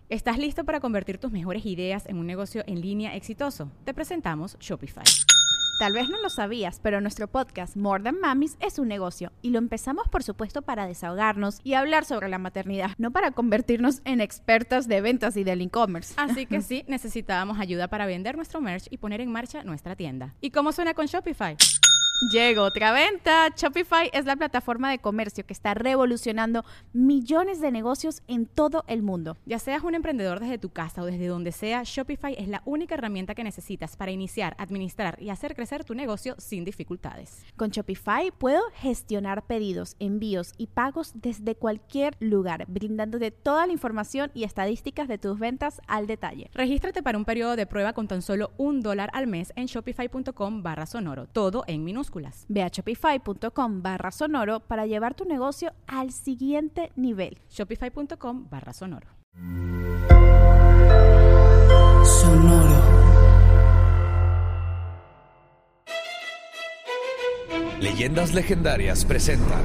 ¿Estás listo para convertir tus mejores ideas en un negocio en línea exitoso? Te presentamos Shopify. Tal vez no lo sabías, pero nuestro podcast More Than Mamis es un negocio y lo empezamos por supuesto para desahogarnos y hablar sobre la maternidad, no para convertirnos en expertas de ventas y del e-commerce. Así que sí, necesitábamos ayuda para vender nuestro merch y poner en marcha nuestra tienda. ¿Y cómo suena con Shopify? Llegó otra venta. Shopify es la plataforma de comercio que está revolucionando millones de negocios en todo el mundo. Ya seas un emprendedor desde tu casa o desde donde sea, Shopify es la única herramienta que necesitas para iniciar, administrar y hacer crecer tu negocio sin dificultades. Con Shopify puedo gestionar pedidos, envíos y pagos desde cualquier lugar, brindándote toda la información y estadísticas de tus ventas al detalle. Regístrate para un periodo de prueba con tan solo $1 al mes en shopify.com/sonoro, todo en minúsculas. Ve a shopify.com/sonoro para llevar tu negocio al siguiente nivel. Shopify.com/sonoro. Sonoro. Leyendas Legendarias presenta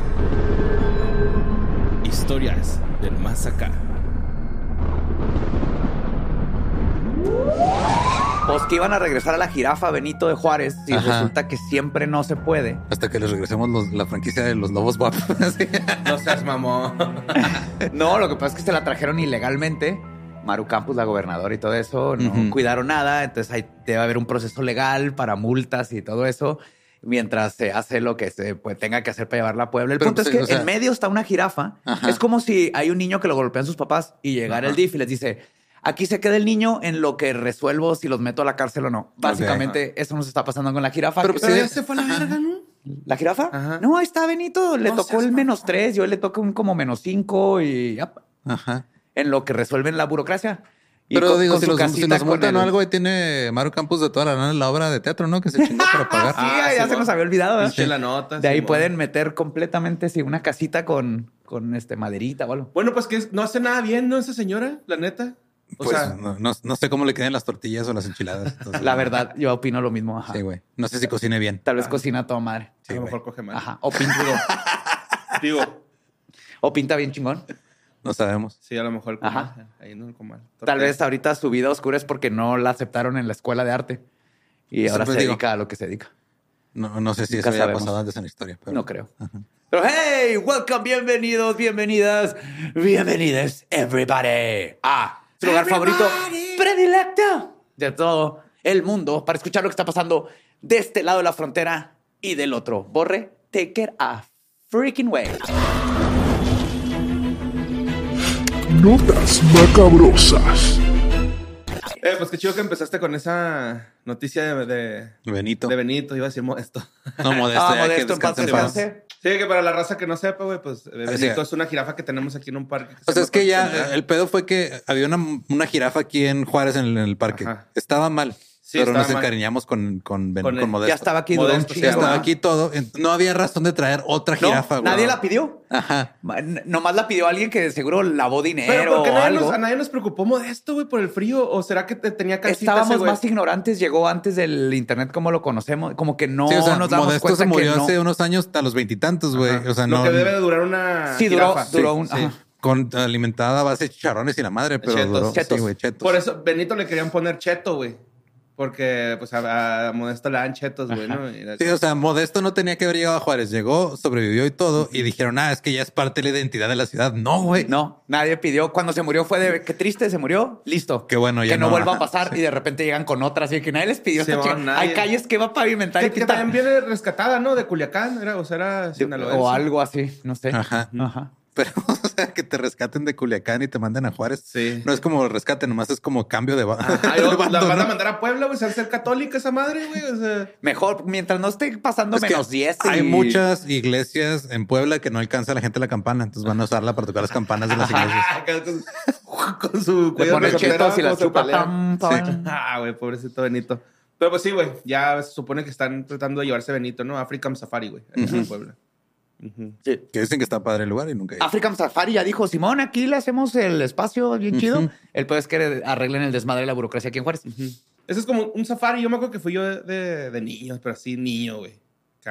Historias del Más Acá. Pues que iban a regresar a la jirafa Benito de Juárez y resulta que siempre no se puede. Hasta que les regresemos la franquicia de los lobos guapos. No seas mamón. No, lo que pasa es que se la trajeron ilegalmente. Maru Campos, la gobernadora y todo eso, no cuidaron nada. Entonces ahí debe haber un proceso legal para multas y todo eso. Mientras se hace lo que se tenga que hacer para llevarla a Puebla. El punto es que en medio está una jirafa. Es como si hay un niño que lo golpean sus papás y llegara el DIF y les dice... Aquí se queda el niño en lo que resuelvo si los meto a la cárcel o no. Básicamente, eso nos está pasando con la jirafa. Pero ya se fue a la verga, ¿no? ¿La jirafa? No, ahí está Benito. Le tocó el -3. Yo le toco un como -5 y ya. En lo que resuelven la burocracia. Y pero digo, si nos multan o algo, ahí el... tiene Maru Campos de toda la lana en la obra de teatro, ¿no? Que se chingó para pagar. Ya se nos había olvidado. Sí. La nota. De ahí pueden meter completamente una casita con maderita o algo. Bueno, pues que no hace nada bien, ¿no? Esa señora, la neta. O pues sea, no sé cómo le queden las tortillas o las enchiladas. Entonces, la verdad, yo opino lo mismo. Ajá. Sí, güey. No sé si cocine bien. Tal vez cocina a toda madre. Sí, a lo mejor coge mal. Ajá. O pinta, o pinta bien chingón. No sabemos. Sí, a lo mejor ahí no el comal. Tal vez ahorita su vida oscura es porque no la aceptaron en la escuela de arte. Y ahora se dedica a lo que se dedica. No sé si eso había pasado antes en la historia. Pero... No creo. Pero hey, welcome, bienvenidos, bienvenidas, bienvenidas, everybody. Su lugar favorito, predilecto de todo el mundo para escuchar lo que está pasando de este lado de la frontera y del otro. Borre, take it a freaking way. Notas macabrosas. Pues qué chido que empezaste con esa noticia de Benito. De Benito, iba a decir Modesto. No, Modesto. Modesto, en paz descanse. Sí, que para la raza que no sepa, güey, pues Benito es una jirafa que tenemos aquí en un parque. O sea, es que ya el pedo fue que había una jirafa aquí en Juárez en el parque. Estaba mal. Sí, pero nos encariñamos con Modesto. Ya estaba aquí. Modesto, ya estaba aquí todo. No había razón de traer otra jirafa. No, nadie la pidió. Nomás la pidió alguien que seguro lavó dinero. Pero ¿por qué o algo? A nadie nos preocupó Modesto, güey, por el frío? ¿O será que tenía calcita? Estábamos más ignorantes. Llegó antes del internet como lo conocemos. Como que no nos damos Modesto cuenta se murió que hace unos años, a los 20 y tantos, güey. O sea, lo que debe de durar una jirafa. Duró un... alimentada a base de chicharrones y la madre, pero chetos. Chetos. Sí, güey, chetos. Por eso Benito le querían poner Cheto, güey. Porque pues a Modesto le dan chetos, güey, ¿no? Sí, o sea, Modesto no tenía que haber llegado a Juárez. Llegó, sobrevivió y todo. Y dijeron, es que ya es parte de la identidad de la ciudad. No, güey. No, nadie pidió. Cuando se murió fue de qué triste, se murió. Listo. Qué bueno, ya que no vuelva a pasar. Y de repente llegan con otras y que nadie les pidió. Sí, hay calles que va a pavimentar. Que también viene rescatada, ¿no? De Culiacán. Era Sinaloa. O algo así, no sé. Ajá. Pero, o sea, que te rescaten de Culiacán y te manden a Juárez. Sí. No es como rescate, nomás es como cambio de bando. La van a mandar a Puebla, güey, a ser católica esa madre, güey. O sea... Mejor, mientras no esté pasando -10. Hay muchas iglesias en Puebla que no alcanza la gente la campana. Entonces van a usarla para tocar las campanas de las iglesias. Con su cuello de chetos y la chupa. Güey, pobrecito Benito. Pero pues sí, güey, ya se supone que están tratando de llevarse Benito, ¿no? African Safari, güey, en Puebla. Sí. Que dicen que está padre el lugar y nunca hay. African Safari ya dijo, Simón, aquí le hacemos el espacio bien chido. El peor es que arreglen el desmadre de la burocracia aquí en Juárez. Eso es como un safari. Yo me acuerdo que fui yo de niño, pero así niño, güey.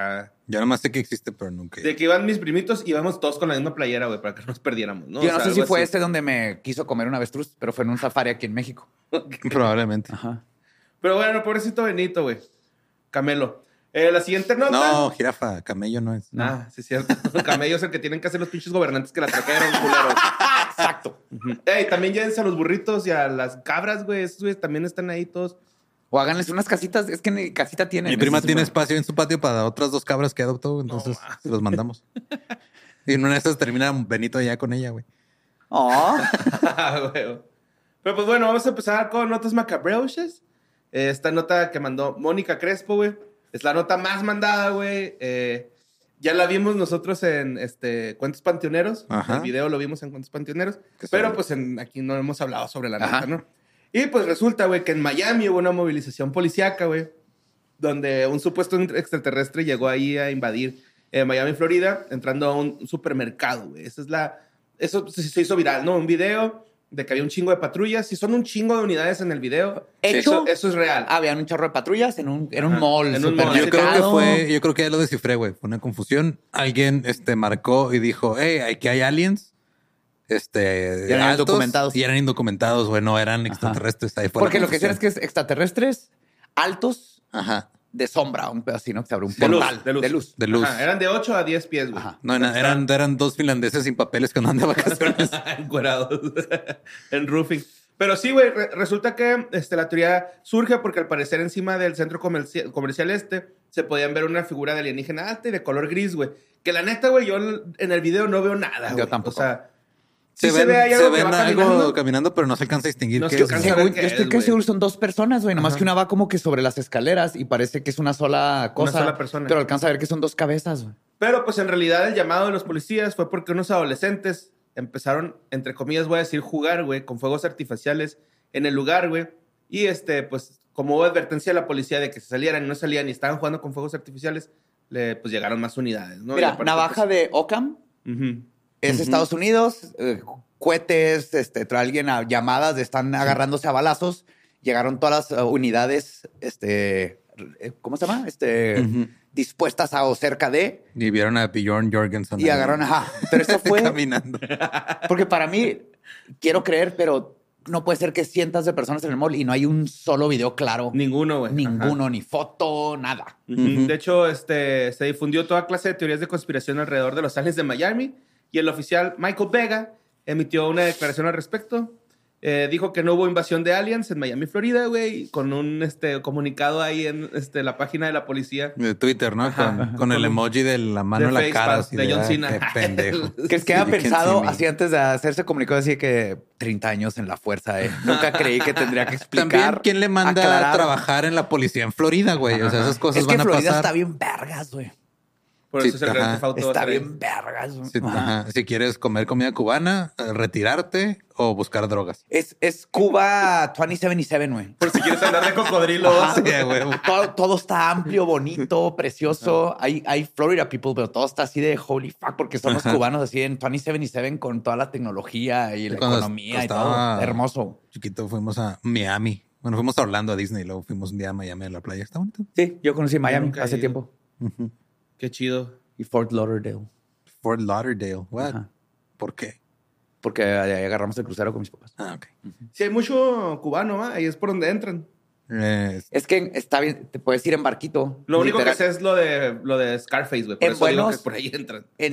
Yo nada más sé que existe, pero nunca. De que iban mis primitos y íbamos todos con la misma playera, güey, para que no nos perdiéramos, ¿no? Yo no sé si fue donde me quiso comer un avestruz, pero fue en un safari aquí en México. Probablemente. Ajá. Pero bueno, pobrecito Benito, güey. Camelo. La siguiente nota. No, jirafa, camello no es. Ah, sí, es cierto. Camello es el que tienen que hacer los pinches gobernantes que la trajeron, culeros. Exacto. Ey, también llévense a los burritos y a las cabras, güey. Esos güeyes también están ahí todos. O háganles unas casitas. Es que ni casita tienen. Mi prima tiene espacio en su patio para otras 2 cabras que adoptó, entonces los mandamos. Y en una de estas termina Benito ya con ella, güey. Oh. Pero pues bueno, vamos a empezar con notas macabrosas. Esta nota que mandó Mónica Crespo, güey. Es la nota más mandada, güey. Ya la vimos nosotros en Cuentos Panteoneros. Ajá. El video lo vimos en Cuentos Panteoneros. Pero pues aquí no hemos hablado sobre la nota, ¿no? Y pues resulta, güey, que en Miami hubo una movilización policíaca, güey, donde un supuesto extraterrestre llegó ahí a invadir Miami, Florida, entrando a un supermercado, güey. Eso se hizo viral, ¿no? Un video de que había un chingo de patrullas. Y son un chingo de unidades en el video. Hecho, eso es real. Habían un chorro de patrullas en un mall. En un mall. Yo creo que ya lo descifré, güey. Fue una confusión. Alguien marcó y dijo, hey, aquí hay aliens. Eran altos, indocumentados. Y eran indocumentados, güey. No eran extraterrestres. Ahí fue. Porque lo que dicen es que es extraterrestres altos. Ajá. De sombra, un pedacito que se abre un portal. De luz. Ajá, eran de 8 a 10 pies, güey. No, eran 2 finlandeses sin papeles que andaban de vacaciones. Encuerados. En roofing. Pero sí, güey, resulta que la teoría surge porque al parecer encima del centro comercial se podían ver una figura de alienígena alta y de color gris, güey. Que la neta, güey, yo en el video no veo nada, güey. Yo tampoco. O sea, se ven algo caminando, pero no se alcanza a distinguir qué es. Yo estoy casi seguro son 2 personas, güey. Nomás que una va como que sobre las escaleras y parece que es una sola cosa. Una sola persona. Pero alcanza a ver que son 2 cabezas, güey. Pero pues en realidad el llamado de los policías fue porque unos adolescentes empezaron, entre comillas, voy a decir, jugar, güey, con fuegos artificiales en el lugar, güey. Y pues como hubo advertencia de la policía de que se salieran y no salían y estaban jugando con fuegos artificiales, pues llegaron más unidades, ¿no? Mira, navaja de Ockham. Es Estados Unidos, cohetes, alguien a llamadas, están agarrándose a balazos. Llegaron todas las unidades, ¿cómo se llama? Dispuestas a o cerca de. Y vieron a Bjorn Jorgensen. Y agarraron, pero eso fue. Caminando. Porque para mí, quiero creer, pero no puede ser que cientos de personas en el mall y no hay un solo video claro. Ninguno, güey. Ninguno, ni foto, nada. De hecho, se difundió toda clase de teorías de conspiración alrededor de los aliens de Miami. Y el oficial Michael Vega emitió una declaración al respecto. Dijo que no hubo invasión de aliens en Miami, Florida, güey, con un comunicado ahí en la página de la policía. De Twitter, ¿no? Con el emoji de la mano en la cara. Así de John Cena. Qué pendejo. Que es que había pensado así antes de hacerse comunicado, así que 30 años en la fuerza, Nunca creí que tendría que explicar. También, ¿quién le manda a trabajar en la policía en Florida, güey? O sea, esas cosas van a pasar. Es que Florida está bien vergas, güey. Por eso es el Grand Theft Auto. Está bien vergas. Sí, si quieres comer comida cubana, retirarte o buscar drogas. Es Cuba 2077, güey. Por si quieres andar de cocodrilo. Sí, güey. Todo está amplio, bonito, precioso. Hay Florida people, pero todo está así de holy fuck, porque son los cubanos así en 2077 con toda la tecnología y la economía y todo. Hermoso. Chiquito, fuimos a Miami. Bueno, fuimos a Orlando, a Disney, luego fuimos un día a Miami a la playa. Está bonito. Sí, yo conocí Miami hace tiempo. Qué chido. Y Fort Lauderdale. Fort Lauderdale. What? Ajá. ¿Por qué? Porque ahí agarramos el crucero con mis papás. Ah, ok. Sí, hay mucho cubano, ahí es por donde entran. Es que está bien, te puedes ir en barquito. Lo único que sé es lo de Scarface, güey. Por eso digo que por ahí entran. En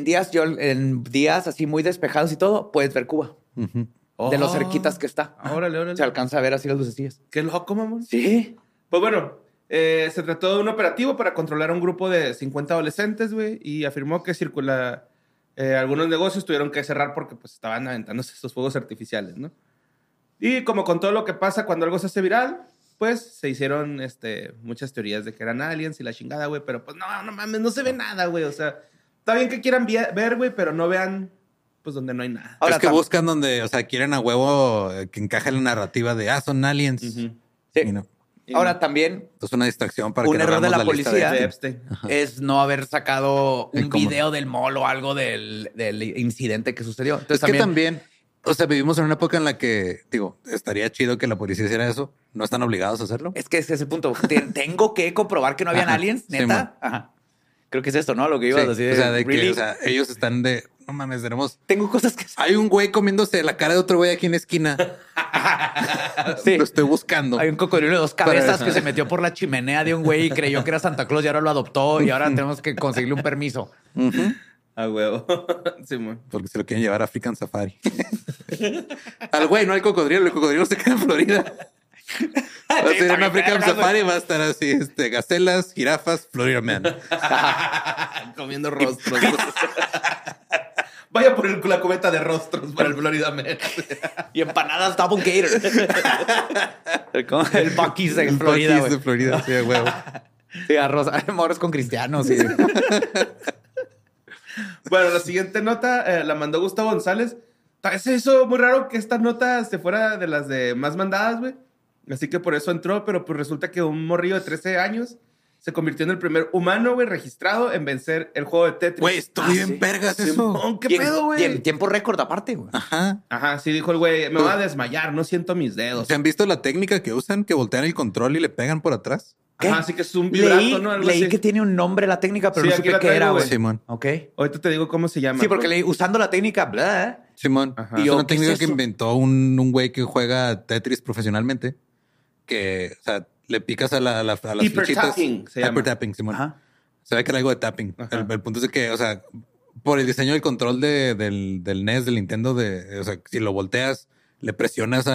días así muy despejados y todo, puedes ver Cuba. De lo cerquitas que está. Órale. Se alcanza a ver así las lucecillas. Qué loco, mamón. Sí. Pues bueno, se trató de un operativo para controlar a un grupo de 50 adolescentes, güey, y afirmó que algunos negocios tuvieron que cerrar porque pues estaban aventándose estos fuegos artificiales, ¿no? Y como con todo lo que pasa cuando algo se hace viral, pues se hicieron muchas teorías de que eran aliens y la chingada, güey, pero pues no mames, no se ve nada, güey, o sea, está bien que quieran ver, güey, pero no vean pues donde no hay nada. Ahora, es que buscan donde, o sea, quieren a huevo que encaje la narrativa de, son aliens. Sí. Y no. Ahora también es una distracción para un que error de la lista policía de Epstein. Es no haber sacado un video del mall o algo del incidente que sucedió. Entonces, es que también, o sea, vivimos en una época en la que, digo, estaría chido que la policía hiciera eso. No están obligados a hacerlo. Es que ese es el punto. Tengo que comprobar que no había aliens, neta. Ajá. Creo que es esto, ¿no? Lo que ibas a decir. O sea, de que ellos están de... No mames, tengo cosas que... Hay un güey comiéndose la cara de otro güey aquí en la esquina. Sí. Lo estoy buscando. Hay un cocodrilo de 2 cabezas que se metió por la chimenea de un güey y creyó que era Santa Claus y ahora lo adoptó y ahora tenemos que conseguirle un permiso. A huevo. Sí, porque se lo quieren llevar a African Safari. Al güey, no al cocodrilo. El cocodrilo se queda en Florida. Va a ser en African Safari, va a estar así, gacelas, jirafas, Florida Man. Comiendo rostros. Vaya por la cubeta de rostros para el Florida Man. Y empanadas Double Gator. El Buc-ee's de Florida. Buc-ee's de Florida, sí, de huevo. Sí, arroz, morros con cristianos. Sí. Bueno, la siguiente nota la mandó Gustavo González. Se hizo muy raro que esta nota se fuera de las de más mandadas, güey. Así que por eso entró, pero pues resulta que un morrillo de 13 años se convirtió en el primer humano, güey, registrado en vencer el juego de Tetris. Güey, estoy bien vergas eso. ¿Qué pedo, güey? Y en tiempo récord aparte, güey. Ajá, sí dijo el güey, me voy a desmayar, no siento mis dedos. ¿Se han visto la técnica que usan? Que voltean el control y le pegan por atrás. ¿Qué? Ajá, así que es un vibrato, ¿no? Leí así. que tiene un nombre la técnica, pero Sí, no aquí supe la qué traigo, era, güey. Simón. Ok. Ahorita te digo cómo se llama. Sí, porque leí usando la técnica, bla. Simón. Ajá. Es Y yo, una ¿qué es técnica que eso? inventó un güey que juega Tetris profesionalmente. Que, o sea, le picas a las flechitas. Hyper-tapping se llama. Hyper-tapping, Simón. Ajá. Se ve que era algo de tapping. El punto es de que, o sea, por el diseño del control del NES, del Nintendo, o sea, si lo volteas, le presionas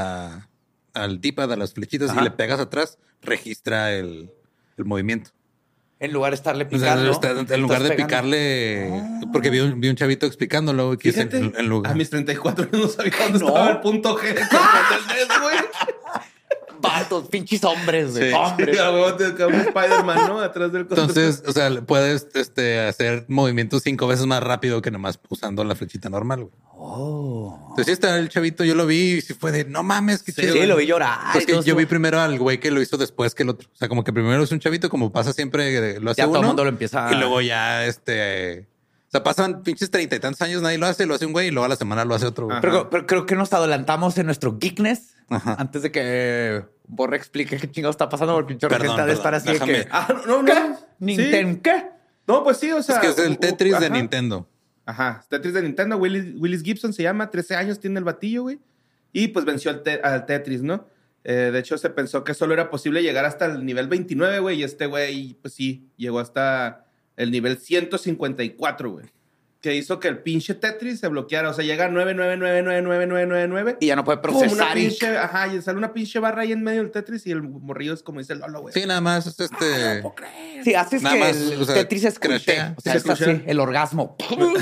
al D-pad, a las flechitas, y le pegas atrás, registra el movimiento. En lugar de estarle O sea, picando. en lugar de picarle, porque vi un chavito explicándolo. Que Fíjate, en lugar. a mis 34 años no sabía dónde No. estaba el punto G del NES, güey. Vatos, pinches hombres, güey. Sí. Hombres. Sí, a huevo te cae un Spider-Man, ¿no? Atrás del control. Entonces, o sea, puedes hacer movimientos 5 veces más rápido que nomás usando la flechita normal, güey. Entonces, sí está el chavito, yo lo vi y sí fue de no mames, qué chido. Sí, lo vi llorar. Pues que Entonces, yo vi primero al güey que lo hizo después que el otro. O sea, como que primero es un chavito, como pasa siempre, lo hace ya uno. todo el mundo lo empieza. Y luego ya, o sea, pasan pinches 30 y tantos años, nadie lo hace un güey y luego a la semana lo hace otro. Güey. Pero creo que nos adelantamos en nuestro geekness. Ajá. Antes de que Borre explique qué chingados está pasando, porque pinche gente ha de estar así de déjame. que... No. ¿Qué? Sí. ¿Nintendo qué? No, pues sí, o sea. Es que es el Tetris de ajá. Nintendo. Ajá, Tetris de Nintendo. Willis Gibson se llama, 13 años tiene el batillo, güey. Y pues venció al Tetris, ¿no? De hecho, se pensó que solo era posible llegar hasta el nivel 29, güey. Y este güey, pues sí, llegó hasta el nivel 154, güey. Que hizo que el pinche Tetris se bloqueara. O sea, llega a 9999999. Y ya no puede Pum, procesar. y sale una pinche barra ahí en medio del Tetris y el morrillo es como dice el Lolo, güey. Sí, nada más es Sí, haces Nada que más, el o sea, Tetris es crashea. O sea, Sí, es así, el orgasmo.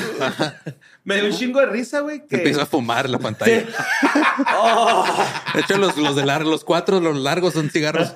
Me dio un chingo de risa, güey. Que... Empiezo a fumar la pantalla. De hecho, los 4, los largos son cigarros.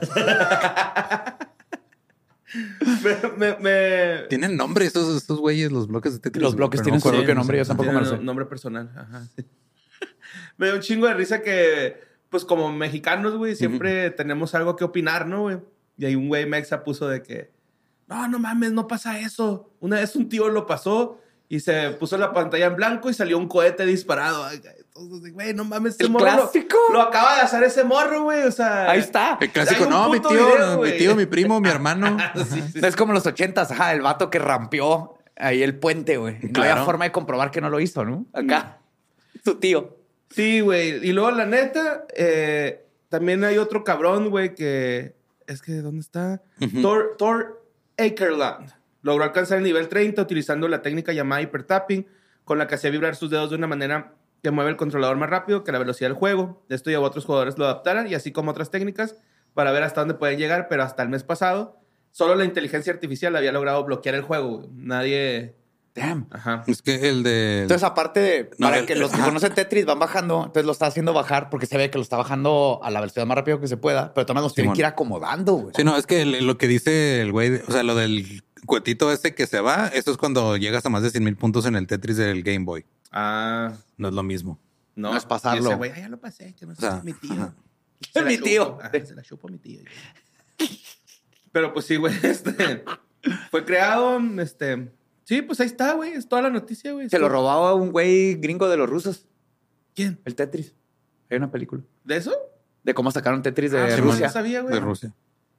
Tienen nombre esos güeyes, los bloques de Tetris. Los bloques tienen su propio nombre, yo tampoco me lo sé. Nombre personal, ajá. Sí. Me dio un chingo de risa que, pues como mexicanos, güey, siempre tenemos algo que opinar, ¿no, güey? Y ahí un güey mexa puso de que, no mames, no pasa eso. Una vez un tío lo pasó y se puso la pantalla en blanco y salió un cohete disparado. Entonces, güey, no mames, ese ¿El morro clásico? lo acaba de hacer ese morro, güey. O sea, Ahí está. El clásico, hay un no, mi puto tío, video, güey. mi primo, mi hermano. No es como los 80s, ajá, el vato que rampeó ahí el puente, güey. No Claro. había forma de comprobar que no lo hizo, ¿no? Acá, su tío. Sí, güey. Y luego, la neta, también hay otro cabrón, güey, que... Es que, ¿dónde está? Thor Akerland. Logró alcanzar el nivel 30 utilizando la técnica llamada hypertapping, con la que hacía vibrar sus dedos de una manera que mueve el controlador más rápido que la velocidad del juego. Esto llevó a otros jugadores lo adaptaran, y así como otras técnicas, para ver hasta dónde pueden llegar, pero hasta el mes pasado, solo la inteligencia artificial había logrado bloquear el juego, güey. Nadie... Damn. Ajá. Es que el de... Entonces, aparte de... No, para que los que conocen Tetris van bajando, entonces lo está haciendo bajar porque se ve que lo está bajando a la velocidad más rápido que se pueda, pero también los tienen que ir acomodando, güey. Sí, no, es que lo que dice el güey, o sea, lo del cuetito ese que se va, eso es cuando llegas a más de 100,000 puntos en el Tetris del Game Boy. Ah, No es lo mismo. no. No es pasarlo. Y ese güey, ya lo pasé, que no sé, O sea, es mi tío. ajá. Se Es la mi tío. chupo. Ajá, se la chupo a mi tío. Pero pues sí, güey, fue creado, sí, pues ahí está, güey, es toda la noticia, güey. Se lo robaba un güey gringo de los rusos, ¿Quién? el Tetris. Hay una película ¿De eso? de cómo sacaron Tetris de Ah, sí, Rusia. no sabía, güey. De Rusia.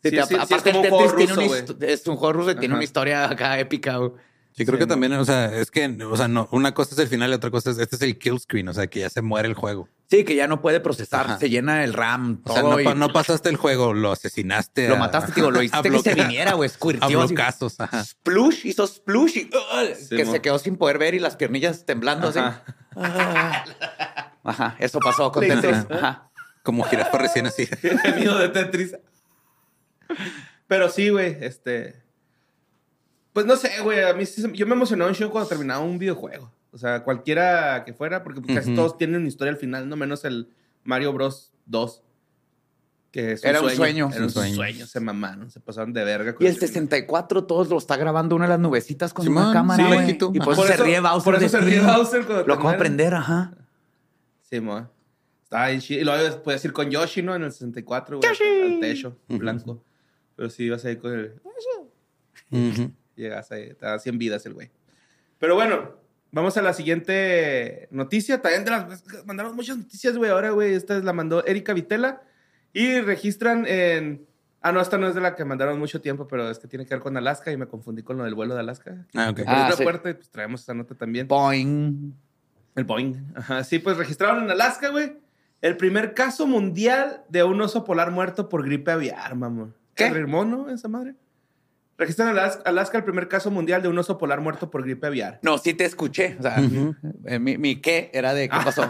Aparte es como el un juego Tetris tiene ruso, es un juego ruso y tiene una historia acá épica, güey. Sí, creo que también, o sea, es que, o sea, no, una cosa es el final y otra cosa es, este es el kill screen, o sea, que ya se muere el juego. Sí, que ya no puede procesar, Ajá. se llena el RAM, O todo. sea, no pasaste el juego, lo asesinaste. Lo mataste, digo, lo hiciste que se viniera, güey, A squirtió. así. blocazos, ajá. Splush, hizo splush y que mo. se quedó sin poder ver y las piernillas temblando Ajá. así. Ajá, eso pasó con Le hizo- Tetris. Ajá. Como jirafa recién así. El miedo de Tetris. Pero sí, güey, pues no sé, güey, a mí yo me emocionaba un show cuando terminaba un videojuego. O sea, cualquiera que fuera, porque casi todos tienen una historia al final, no menos el Mario Bros. 2. Que es Era un sueño. Era un sueño. sueño, se mamaron, se pasaron de verga. con Y el ese 64 todos lo está grabando una de las nubecitas con Simón, una cámara, sí, güey. lejito. Y por Por eso se eso- ríe Bowser. por eso de se ti. ríe Bowser cuando Lo acabo de te mueres. aprender, ajá. Sí, mo. Estaba bien chido. Y luego puedes ir con Yoshi, ¿no? En el 64, güey. Al techo, blanco. Pero sí, ibas ahí con el... Ujú. Llegas ahí, te da 100 vidas el güey. Pero bueno, vamos a la siguiente noticia. También mandaron muchas noticias, güey. Ahora, güey, esta la mandó Erika Vitela. Y registran en... Ah, no, esta no es de la que mandaron mucho tiempo, pero es que tiene que ver con Alaska y me confundí con lo del vuelo de Alaska. Ah, ok. Por otra sí. puerta, pues traemos esa nota también. Boing. El Boeing. Ajá, sí, pues registraron en Alaska, güey, el primer caso mundial de un oso polar muerto por gripe aviar, mamón. ¿Qué? ¿El mono, esa madre? Registran en Alaska el primer caso mundial de un oso polar muerto por gripe aviar. No, sí te escuché. O sea, mi qué era de qué pasó.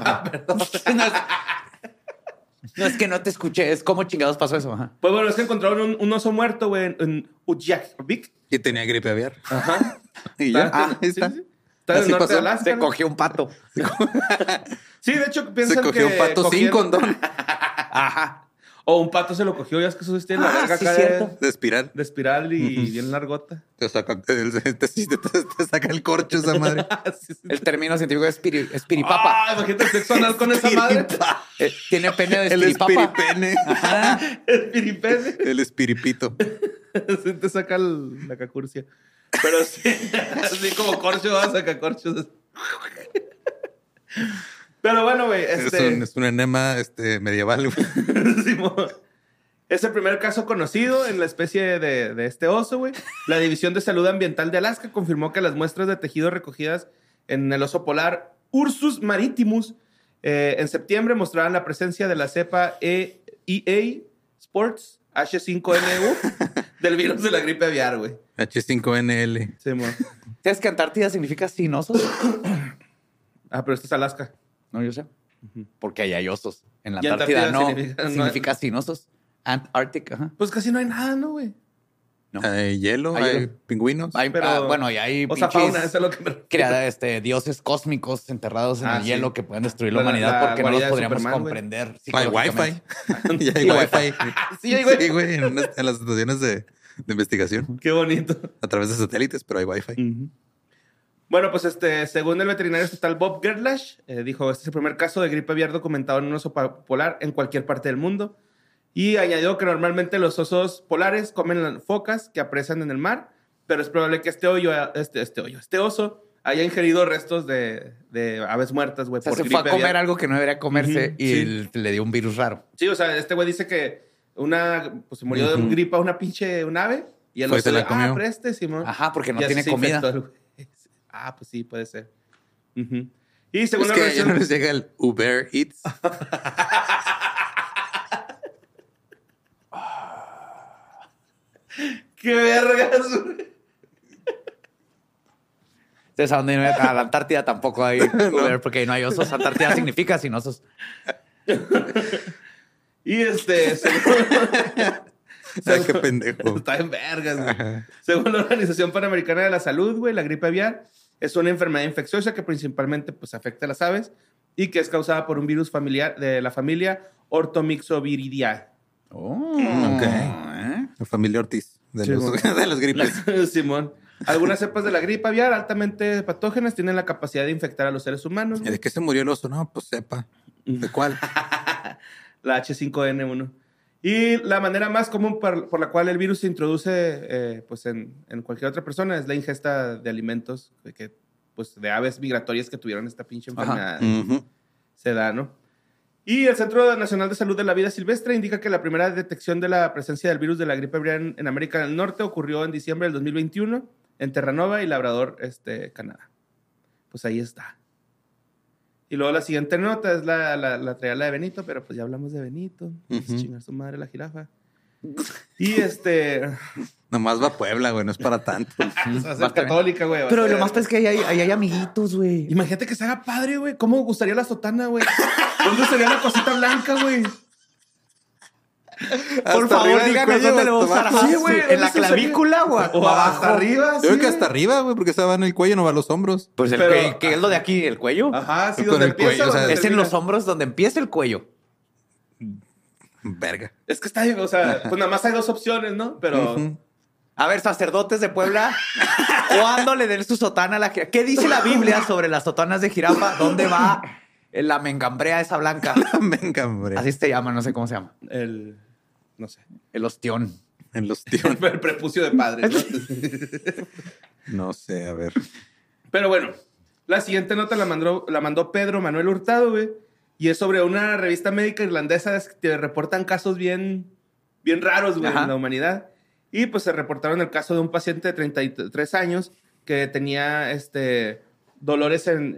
No es que no te escuché, es cómo chingados pasó eso. Ajá. Pues bueno, es que encontraron un oso muerto, güey, en Utqiagvik. Y tenía gripe aviar. Ajá. Y ya. Ahí está. Sí. Está en el Así norte pasó. de Alaska. Se ¿no? cogió un pato. Sí, de hecho, piensan Se cogió que un pato sin cogieron- condón. Ajá. O un pato se lo cogió, ya es que eso tiene la Ah, verga sí, acá cierto. De espiral. de espiral y bien largota. Te saca te saca el corcho esa madre. Sí, sí. El término científico es espiripapa. Ah, imagínate el sexo anal con esa madre. Tiene pene de El espiripapa. espiripene. Espiripene. El espiripito. Sí te saca la cacurcia. Pero sí, así como corcho vas a sacar corchos. Pero bueno, güey, Es un enema medieval, güey. Simón. Es el primer caso conocido en la especie de este oso, güey. La División de Salud Ambiental de Alaska confirmó que las muestras de tejido recogidas en el oso polar Ursus maritimus en septiembre mostraban la presencia de la cepa EA Sports H5N1 del virus de la gripe aviar, güey. H5NL. Simón. ¿Sabes que Antártida significa sin osos? Ah, pero esto es Alaska. No, yo sé. Porque ahí hay osos. En la Y Antártida Antártida no. Significa sin osos. Antarctic, ajá. Pues casi no hay nada, ¿no, güey? No. Hay hielo, Hay hay hielo. pingüinos. Hay, Pero- bueno, y hay O sea, pinches fauna, eso es lo que me refiero. dioses cósmicos enterrados en Ah, el sí. hielo que pueden destruir la La humanidad porque no los guarida de podríamos Superman, güey. comprender. Hay psicológicamente. Wi-Fi. Ya hay Y Wi-Fi. Sí, hay Wi-Fi. Sí, güey, en las estaciones de investigación. Qué bonito. A través de satélites, pero hay Wi-Fi. Bueno, pues según el veterinario estatal Bob Gerlash, dijo, este es el primer caso de gripe aviar documentado en un oso polar en cualquier parte del mundo. Y añadió que normalmente los osos polares comen las focas que apresan en el mar, pero es probable que este oso haya ingerido restos de aves muertas, güey, O sea, por se gripe fue a comer aviar. algo que no debería comerse y sí. le dio un virus raro. Sí, o sea, este güey dice que se murió de gripa un ave y el Fue y oso se la le, comió. preste, Simón. Ajá, porque no Y así tiene se comida. infectó el güey. Ah, pues sí, puede ser. Ujú. Y según Es la que ya organización... no les llega el Uber Eats. ¡Qué vergas, güey! Entonces, a la Antártida tampoco hay Uber porque no hay osos. Antártida significa sin osos. Y Ay, qué pendejo. Está en vergas, güey. Según la Organización Panamericana de la Salud, güey, la gripe aviar es una enfermedad infecciosa que principalmente pues, afecta a las aves y que es causada por un virus familiar de la familia Orthomyxoviridae. Oh, Ok. ¿eh? La familia Ortiz de, Sí, los, bueno. de las gripes. Simón. Algunas cepas de la gripe aviar altamente patógenas tienen la capacidad de infectar a los seres humanos. ¿Y güey. de qué se murió el oso? No, pues sepa. ¿De cuál? La H5N1. Y la manera más común por la cual el virus se introduce pues en cualquier otra persona es la ingesta de alimentos pues, de aves migratorias que tuvieron esta pinche enfermedad. Ujú. Se da, ¿no? Y el Centro Nacional de Salud de la Vida Silvestre indica que la primera detección de la presencia del virus de la gripe aviar en América del Norte ocurrió en diciembre del 2021 en Terranova y Labrador, Canadá. Pues ahí está. Y luego la siguiente nota es la traía la de Benito, pero pues ya hablamos de Benito. Chingar su madre la jirafa. Y Nomás va a Puebla, güey, no es para tanto. va a ser católica, güey. Pero lo más es que ahí hay amiguitos, güey. Imagínate que se haga padre, güey. ¿Cómo gustaría la sotana, güey? ¿Dónde sería la cosita blanca, güey? Por favor, díganos dónde le vamos a usar. Sí, güey. ¿En la clavícula o abajo? Hasta arriba, Yo creo que hasta arriba, güey, porque esa va en el cuello, no va a los hombros. Pues ¿qué es lo de aquí? ¿El cuello? Ajá, sí, Con donde el cuello, empieza. o sea, donde Es en termina. los hombros donde empieza el cuello. Verga. Es que está, o sea, pues nada más hay dos opciones, ¿no? Pero... A ver, sacerdotes de Puebla, ¿cuándo le den su sotana a la jirafa? ¿Qué dice la Biblia sobre las sotanas de jirafa? ¿Dónde va la mengambrea esa blanca? Venga, hombre. Así se llama, no sé cómo se llama. No sé. El ostión. En los tíos. El prepucio de padre, ¿no? No sé, a ver. Pero bueno, la siguiente nota la mandó Pedro Manuel Hurtado, güey. Y es sobre una revista médica irlandesa que reportan casos bien raros, güey, en la humanidad. Y pues se reportaron el caso de un paciente de 33 años que tenía dolores en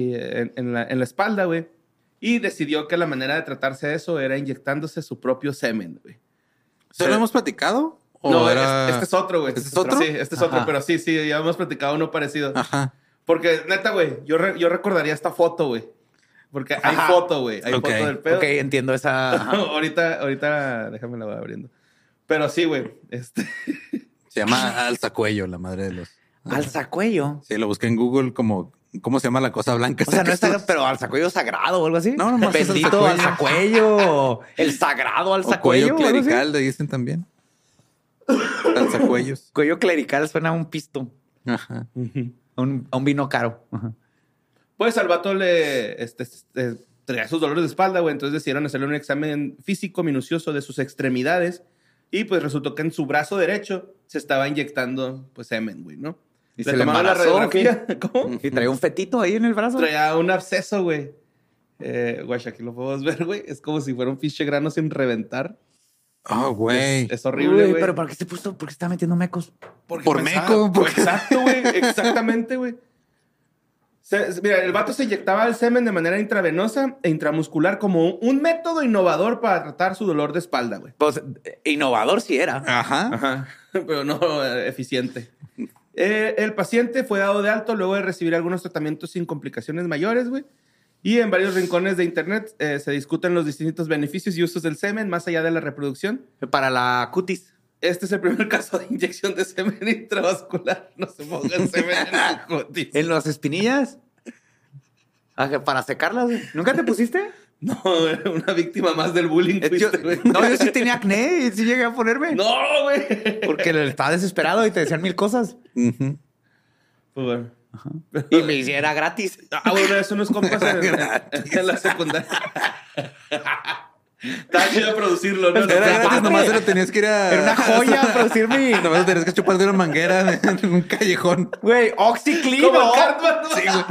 la espalda, güey. Y decidió que la manera de tratarse eso era inyectándose su propio semen, güey. ¿Se lo hemos platicado? ¿O No, era... este es otro, güey. ¿Este es otro? Sí, este es otro, pero sí, ya hemos platicado uno parecido. Ajá. Porque, neta, güey, yo recordaría esta foto, güey. Porque hay foto, güey. Hay foto del pedo. Ok, entiendo esa... ahorita déjame la voy abriendo. Pero sí, güey. Se llama alzacuello, la madre de los... Alzacuello. Sí, lo busqué en Google como... ¿Cómo se llama la cosa blanca? O sea, no es sagrado, pero alzacuello sagrado o algo así. No, nomás es Bendito alzacuello. alzacuello. El sagrado O alzacuello. cuello o algo así. clerical, le dicen también. Alzacuellos. Cuello clerical suena a un pisto. Ajá. A un vino caro. Ajá. Pues al vato le traía sus dolores de espalda, güey. Entonces decidieron hacerle un examen físico minucioso de sus extremidades. Y pues resultó que en su brazo derecho se estaba inyectando, pues, semen, güey, ¿no? ¿Y se le embarazó, la radiografía. ¿Cómo? ¿Y traía un fetito ahí en el brazo? Traía un absceso, güey. Güey, aquí lo podemos ver, güey. Es como si fuera un pinche grano sin reventar. Oh, güey. Es horrible, güey. Pero ¿para qué se puso? ¿Por qué está metiendo mecos? Porque Por meco, porque- Exacto, güey. Exactamente, güey. Mira, el vato se inyectaba el semen de manera intravenosa e intramuscular como un método innovador para tratar su dolor de espalda, güey. Pues innovador sí era. Ajá. Ajá. Pero no eficiente. El paciente fue dado de alto luego de recibir algunos tratamientos sin complicaciones mayores, güey. Y en varios rincones de internet se discuten los distintos beneficios y usos del semen más allá de la reproducción. Para la cutis. Este es el primer caso de inyección de semen intravascular. No se pongan semen en su cutis. ¿En las espinillas? Para secarlas. güey. ¿Nunca te pusiste? No, era una víctima más del bullying. Yo Fuiste, sí tenía acné y sí llegué a ponerme. No, güey. Porque estaba desesperado y te decían mil cosas. Ujú. Pues bueno. Y me hiciera gratis. Bueno, eso unos compas en la secundaria. Estaba chido producirlo, ¿no? Era gratis, nomás te lo tenías que ir a... Era una joya producir mi... Nomás tenías que chupar de una manguera en un callejón. Güey, OxyClean. Como ¿no? el Cartman, ¿no? Sí, güey.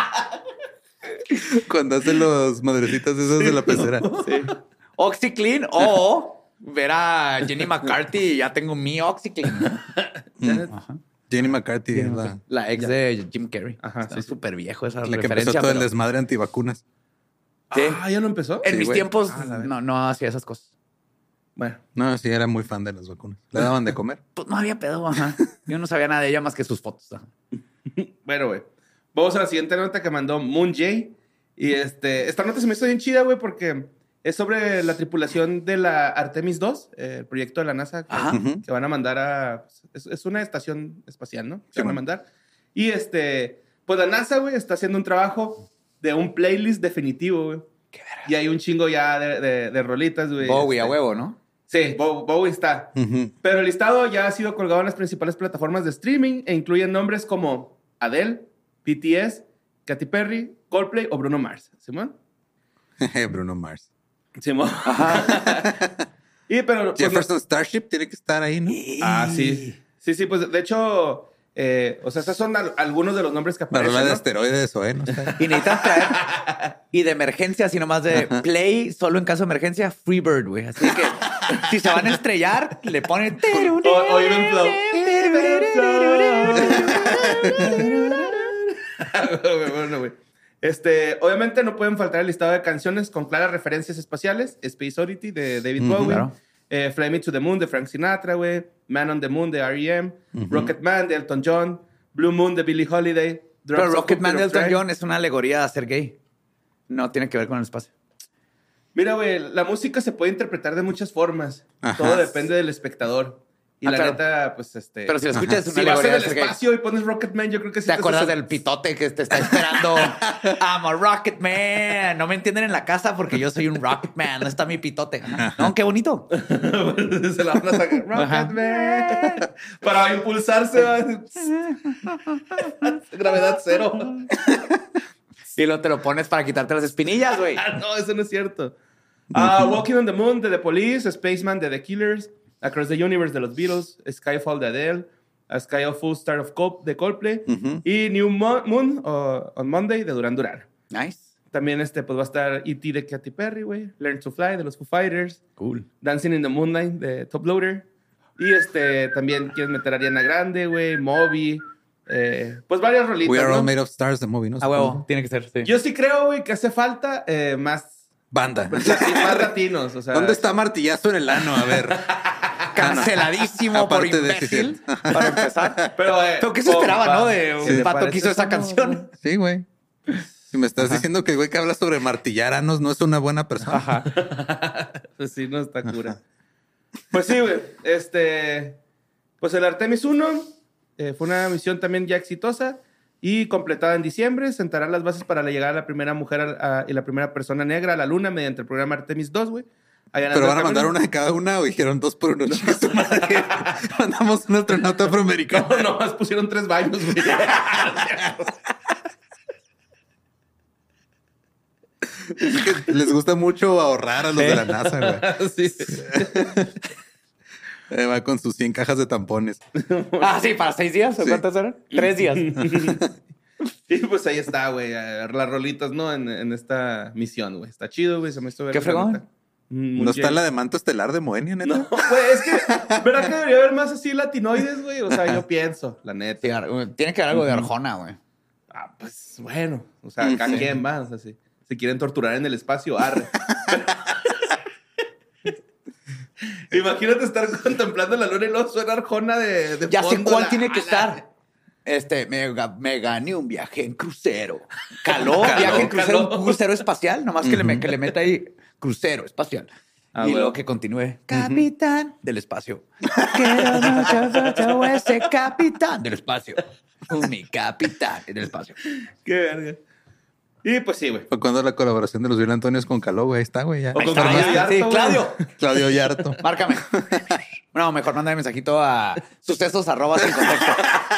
Cuando hacen los madrecitas esos de la pecera. Sí. OxyClean o ver a Jenny McCarthy y ya tengo mi OxyClean. Jenny McCarthy es La ex de Jim Carrey. Ajá, Está sí. súper viejo esa la que referencia. empezó todo el pero desmadre antivacunas. Sí. Ah, ¿ya no empezó? En Sí, mis güey. tiempos la verdad. no hacía esas cosas. Bueno. No, sí, era muy fan de las vacunas. Le daban de comer. Pues no había pedo, ajá. Yo no sabía nada de ella más que sus fotos. Ajá. Bueno, güey. Vamos a la siguiente nota que mandó Moon Jay. Y esta nota se me hizo bien chida, güey, porque es sobre la tripulación de la Artemis 2, el proyecto de la NASA Ajá. que van a mandar a... Es una estación espacial, ¿no? Que Sí, van a bueno. mandar. Y pues la NASA, güey, está haciendo un trabajo de un playlist definitivo, güey. Qué verga. Y hay un chingo ya de rolitas, güey. Bowie a huevo, ¿no? Sí, Bowie está. Ujú. Pero el listado ya ha sido colgado en las principales plataformas de streaming e incluyen nombres como Adele, BTS, Katy Perry, Coldplay o Bruno Mars. ¿Simón? Bruno Mars. Simón. Pero... pues, Jefferson Starship tiene que estar ahí, ¿no? sí. Sí, pues de hecho, O sea, esos son algunos de los nombres que La aparecen. rola de ¿no? asteroides o no sé. Y necesitas traer. Y de emergencia, así nomás de play, solo en caso de emergencia, Freebird, güey. Así que si se van a estrellar, le ponen. O Even Flow. Bueno, güey. Obviamente no pueden faltar el listado de canciones con claras referencias espaciales. Space Oddity de David Bowie. Claro. Fly Me to the Moon de Frank Sinatra, güey. Man on the Moon de R.E.M. Rocket Man de Elton John. Blue Moon de Billie Holiday. Pero Drops of Rocket Man de Jupiter Elton Fly. John es una alegoría a ser gay. No tiene que ver con el espacio. Mira, güey, la música se puede interpretar de muchas formas. Ajá. Todo depende del espectador. Y la claro. neta, pues Pero si lo escuchas, es una si vas en alegoría el de ser gay. espacio y pones Rocketman, yo creo que sí ¿Te acuerdas haces- del pitote que te está esperando? I'm a Rocket Man. No me entienden en la casa porque yo soy un Rocket Man. No está mi pitote. Ajá. No, qué bonito. se la van a sacar. Rocketman. Para impulsarse. Gravedad cero. Y luego te lo pones para quitarte las espinillas, güey. Ah, no, eso no es cierto. Walking on the Moon de The Police, Spaceman de The Killers, Across the Universe de los Beatles, Skyfall de Adele, A Sky of Full Star of de Coldplay y New Moon on Monday de Duran Duran. Nice. También pues va a estar E.T. de Katy Perry, güey, Learn to Fly de los Foo Fighters, Cool. Dancing in the Moonlight de Top Loader y también quieren meter a Ariana Grande, güey, Moby, pues varias rolitas, We Are ¿no? All Made of Stars, the movie, ¿no? A huevo. Tiene que ser, sí. Yo sí creo, güey, que hace falta más Banda. más latinos, o sea. ¿Dónde está martillazo en el ano? A ver. Canceladísimo por Aparte de imbécil. que Para empezar. Pero ¿qué se esperaba, no? De Sí, un pato parece que hizo esa como- canción. Sí, güey. Si me estás diciendo que el güey que habla sobre martillar anos no es una buena persona. Pues sí, no está cura. Pues sí, güey. Pues el Artemis 1 fue una misión también ya exitosa y completada en diciembre. Sentará las bases para la llegada de la primera mujer y la primera persona negra a la luna mediante el programa Artemis 2, güey. Pero van a mandar una de cada una o dijeron 2 por 1. Chica, su madre. Mandamos un astronauta afroamericano. No, nomás pusieron 3 baños, güey. Es que les gusta mucho ahorrar a los de la NASA, güey. Sí. Va con sus 100 cajas de tampones. Ah, sí, para 6 días. ¿O Sí. cuántas eran? 3 días. Y pues ahí está, güey. Las rolitas, ¿no? En esta misión, güey. Está chido, güey. Se me hizo ver. Qué fregón. ¿No está la de manto estelar de Moenia, neta? No, güey, es que, ¿verdad que debería haber más así latinoides, güey? O sea, yo pienso, la neta. Sí, tiene que haber algo de Arjona, güey. Ah, pues bueno. O sea, acá quién va. O sea, si quieren torturar en el espacio, arre. Imagínate estar contemplando la luna y luego suena Arjona de Ya sé fondo, cuál tiene que estar. Me gané un viaje en crucero. Caló, viaje en crucero, caló. un crucero espacial. Nomás que le meta ahí crucero espacial. Ah, y bueno. luego que continúe. Capitán del espacio. Quiero mucho ese capitán del espacio. Mi capitán del espacio. Qué verga. Y pues sí, güey. Fue cuando la colaboración de los Vil Antonios con Caló, güey. Ahí está, güey. Ya. O con Está, Claudio ya. Yarto, Sí, güey. Claudio. Claudio Yarto. Márcame. No, mejor mándame mensajito a sucesos @ sin contexto.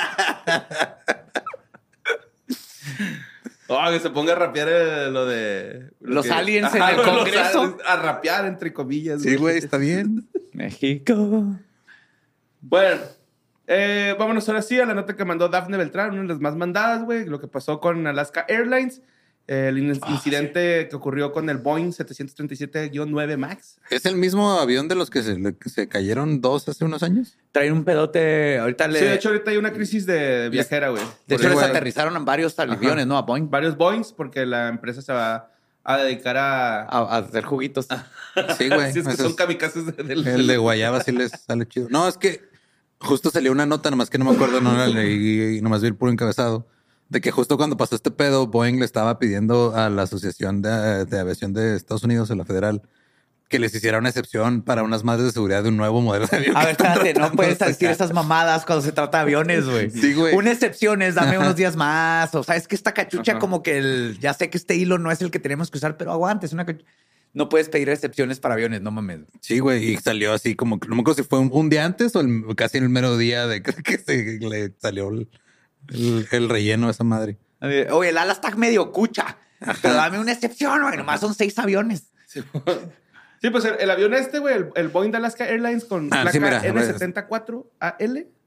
Oh, que se ponga a rapear lo de... Los aliens en el los Congreso. aliens, a rapear, entre comillas. Sí, güey, está bien. México. Bueno, vámonos ahora sí a la nota que mandó Dafne Beltrán, una de las más mandadas, güey. Lo que pasó con Alaska Airlines. El incidente que ocurrió con el Boeing 737-9 MAX. ¿Es el mismo avión de los que se cayeron 2 hace unos años? Traen un pedote. Ahorita Sí, de hecho, ahorita hay una crisis de viajera, güey. De hecho, Por les eso- aterrizaron en varios aviones, ¿no? A Boeing. varios Boeings porque la empresa se va a dedicar A hacer juguitos. Sí, güey. Sí, es que Ese son es- kamikazes del... El de Guayaba sí les sale chido. No, es que justo salió una nota, nomás que no me acuerdo, no la leí y nomás vi el puro encabezado, de que justo cuando pasó este pedo, Boeing le estaba pidiendo a la Asociación de Aviación de Estados Unidos, a la federal, que les hiciera una excepción para unas madres de seguridad de un nuevo modelo de avión. A que ver, están espérate, no tratando puedes de decir sacar. esas mamadas cuando se trata de aviones, güey. Sí, güey. Una excepción es dame unos días más. O sea, es que esta cachucha Ajá. como que ya sé que este hilo no es el que tenemos que usar, pero aguante, es una cachucha. No puedes pedir excepciones para aviones, no mames. Sí, güey, y salió así como, no me acuerdo si fue un día antes o casi en el mero día de que le salió el relleno a esa madre. Oye, el ala está medio cucha, pero dame una excepción, güey. Nomás son 6 aviones. Sí, pues el avión güey, el Boeing de Alaska Airlines con Ah, placa sí, mira, N74AL.